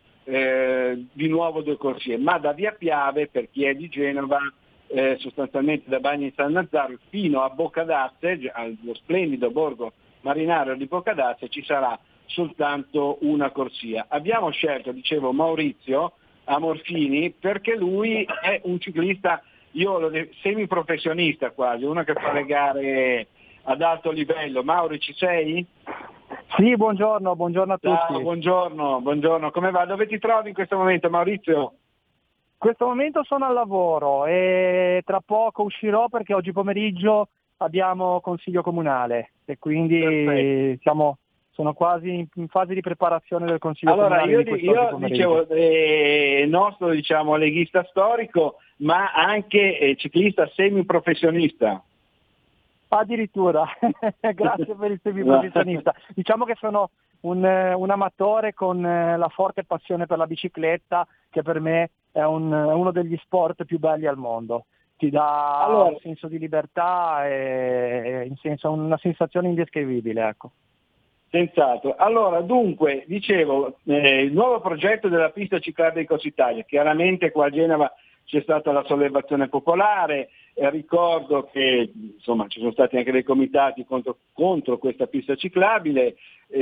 eh, di nuovo due corsie, ma da Via Piave, per chi è di Genova, eh, sostanzialmente da Bagni San Nazzaro fino a Boccadasse, allo splendido borgo marinario di Boccadasse, ci sarà soltanto una corsia. Abbiamo scelto, dicevo, Maurizio Amorfini perché lui è un ciclista, io lo de- semiprofessionista quasi, uno che fa le gare ad alto livello. Mauri, ci sei? Sì, buongiorno, buongiorno a tutti. Ciao, buongiorno, buongiorno. Come va? Dove ti trovi in questo momento, Maurizio? In questo momento sono al lavoro e tra poco uscirò perché oggi pomeriggio abbiamo consiglio comunale e quindi siamo, sono quasi in, in fase di preparazione del consiglio allora, comunale. Allora di io, io dicevo, eh, nostro diciamo leghista storico, ma anche eh, ciclista semiprofessionista. Addirittura, grazie per il semiprofessionista. Diciamo che sono un, un amatore con la forte passione per la bicicletta, che per me è, un, è uno degli sport più belli al mondo. Ti dà allora, un senso di libertà e, e in senso, una sensazione indescrivibile, ecco. Senz'altro. Allora, dunque, dicevo, eh, il nuovo progetto della pista ciclabile di Corsa Italia, chiaramente qua a Genova c'è stata la sollevazione popolare, eh, ricordo che insomma ci sono stati anche dei comitati contro, contro questa pista ciclabile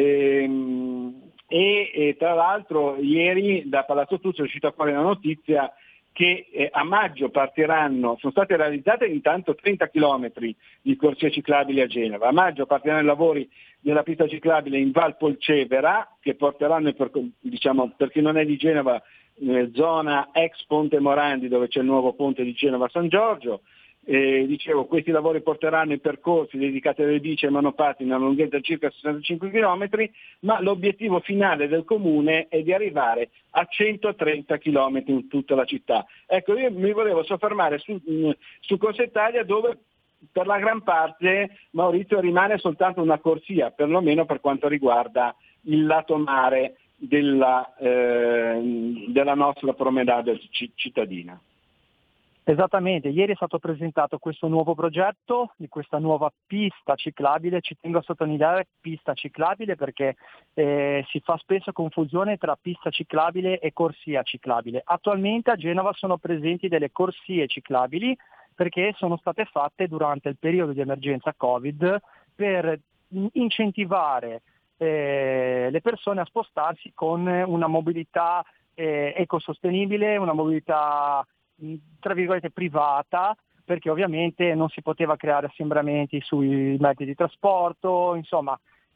ehm, e, e tra l'altro ieri da Palazzo Tuzzo è uscita fuori la notizia che eh, a maggio partiranno, sono state realizzate intanto trenta chilometri di corsie ciclabili a Genova, a maggio partiranno i lavori della pista ciclabile in Val Polcevera che porteranno, per, diciamo, per chi non è di Genova, eh, zona ex Ponte Morandi dove c'è il nuovo ponte di Genova San Giorgio. Eh, dicevo, questi lavori porteranno i percorsi dedicati alle bici e ai monopattini a una lunghezza di circa sessantacinque chilometri, ma l'obiettivo finale del comune è di arrivare a centotrenta chilometri in tutta la città. Ecco, io mi volevo soffermare su, su Corsa Italia, dove per la gran parte, Maurizio, rimane soltanto una corsia, perlomeno per quanto riguarda il lato mare della, eh, della nostra promenade cittadina. Esattamente, ieri è stato presentato questo nuovo progetto di questa nuova pista ciclabile. Ci tengo a sottolineare pista ciclabile perché eh, si fa spesso confusione tra pista ciclabile e corsia ciclabile. Attualmente a Genova sono presenti delle corsie ciclabili perché sono state fatte durante il periodo di emergenza Covid per incentivare eh, le persone a spostarsi con una mobilità eh, ecosostenibile, una mobilità tra virgolette privata, perché ovviamente non si poteva creare assembramenti sui mezzi di trasporto, insomma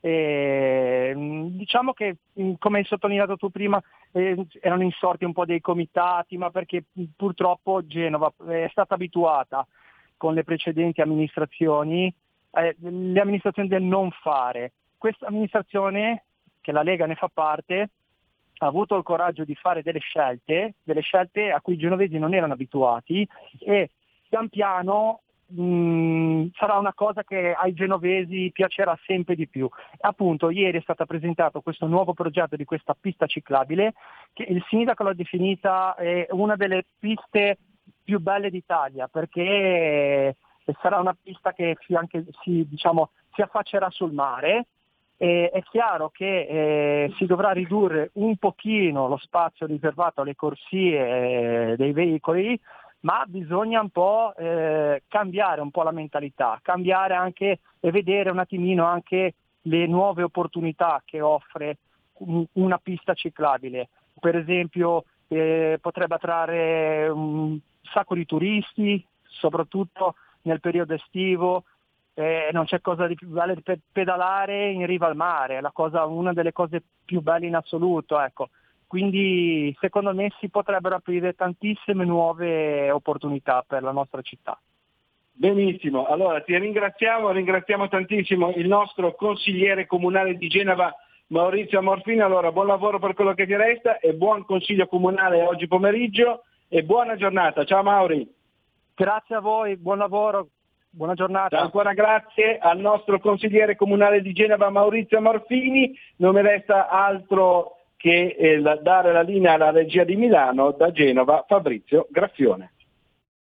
eh, diciamo che, come hai sottolineato tu prima, eh, erano insorti un po' dei comitati, ma perché purtroppo Genova è stata abituata con le precedenti amministrazioni, eh, le amministrazioni del non fare. Questa amministrazione, che la Lega ne fa parte, ha avuto il coraggio di fare delle scelte, delle scelte a cui i genovesi non erano abituati, e pian piano mh, sarà una cosa che ai genovesi piacerà sempre di più. Appunto, ieri è stato presentato questo nuovo progetto di questa pista ciclabile, che il sindaco l'ha definita eh, una delle piste più belle d'Italia, perché sarà una pista che si, anche, si, diciamo, si affaccerà sul mare. E è chiaro che eh, si dovrà ridurre un pochino lo spazio riservato alle corsie eh, dei veicoli, ma bisogna un po' eh, cambiare un po' la mentalità, cambiare anche e vedere un attimino anche le nuove opportunità che offre un, una pista ciclabile. Per esempio eh, potrebbe attrarre un sacco di turisti, soprattutto nel periodo estivo. eh, non c'è cosa di più bello di pedalare in riva al mare, è la cosa, una delle cose più belle in assoluto, ecco. Quindi secondo me si potrebbero aprire tantissime nuove opportunità per la nostra città. Benissimo, allora ti ringraziamo, ringraziamo tantissimo il nostro consigliere comunale di Genova Maurizio Amorfini. Allora buon lavoro per quello che ti resta e buon consiglio comunale oggi pomeriggio e buona giornata. Ciao Mauri. Grazie a voi, buon lavoro, buona giornata. Ancora grazie al nostro consigliere comunale di Genova Maurizio Amorfini. Non mi resta altro che eh, dare la linea alla regia di Milano. Da Genova Fabrizio Graffione.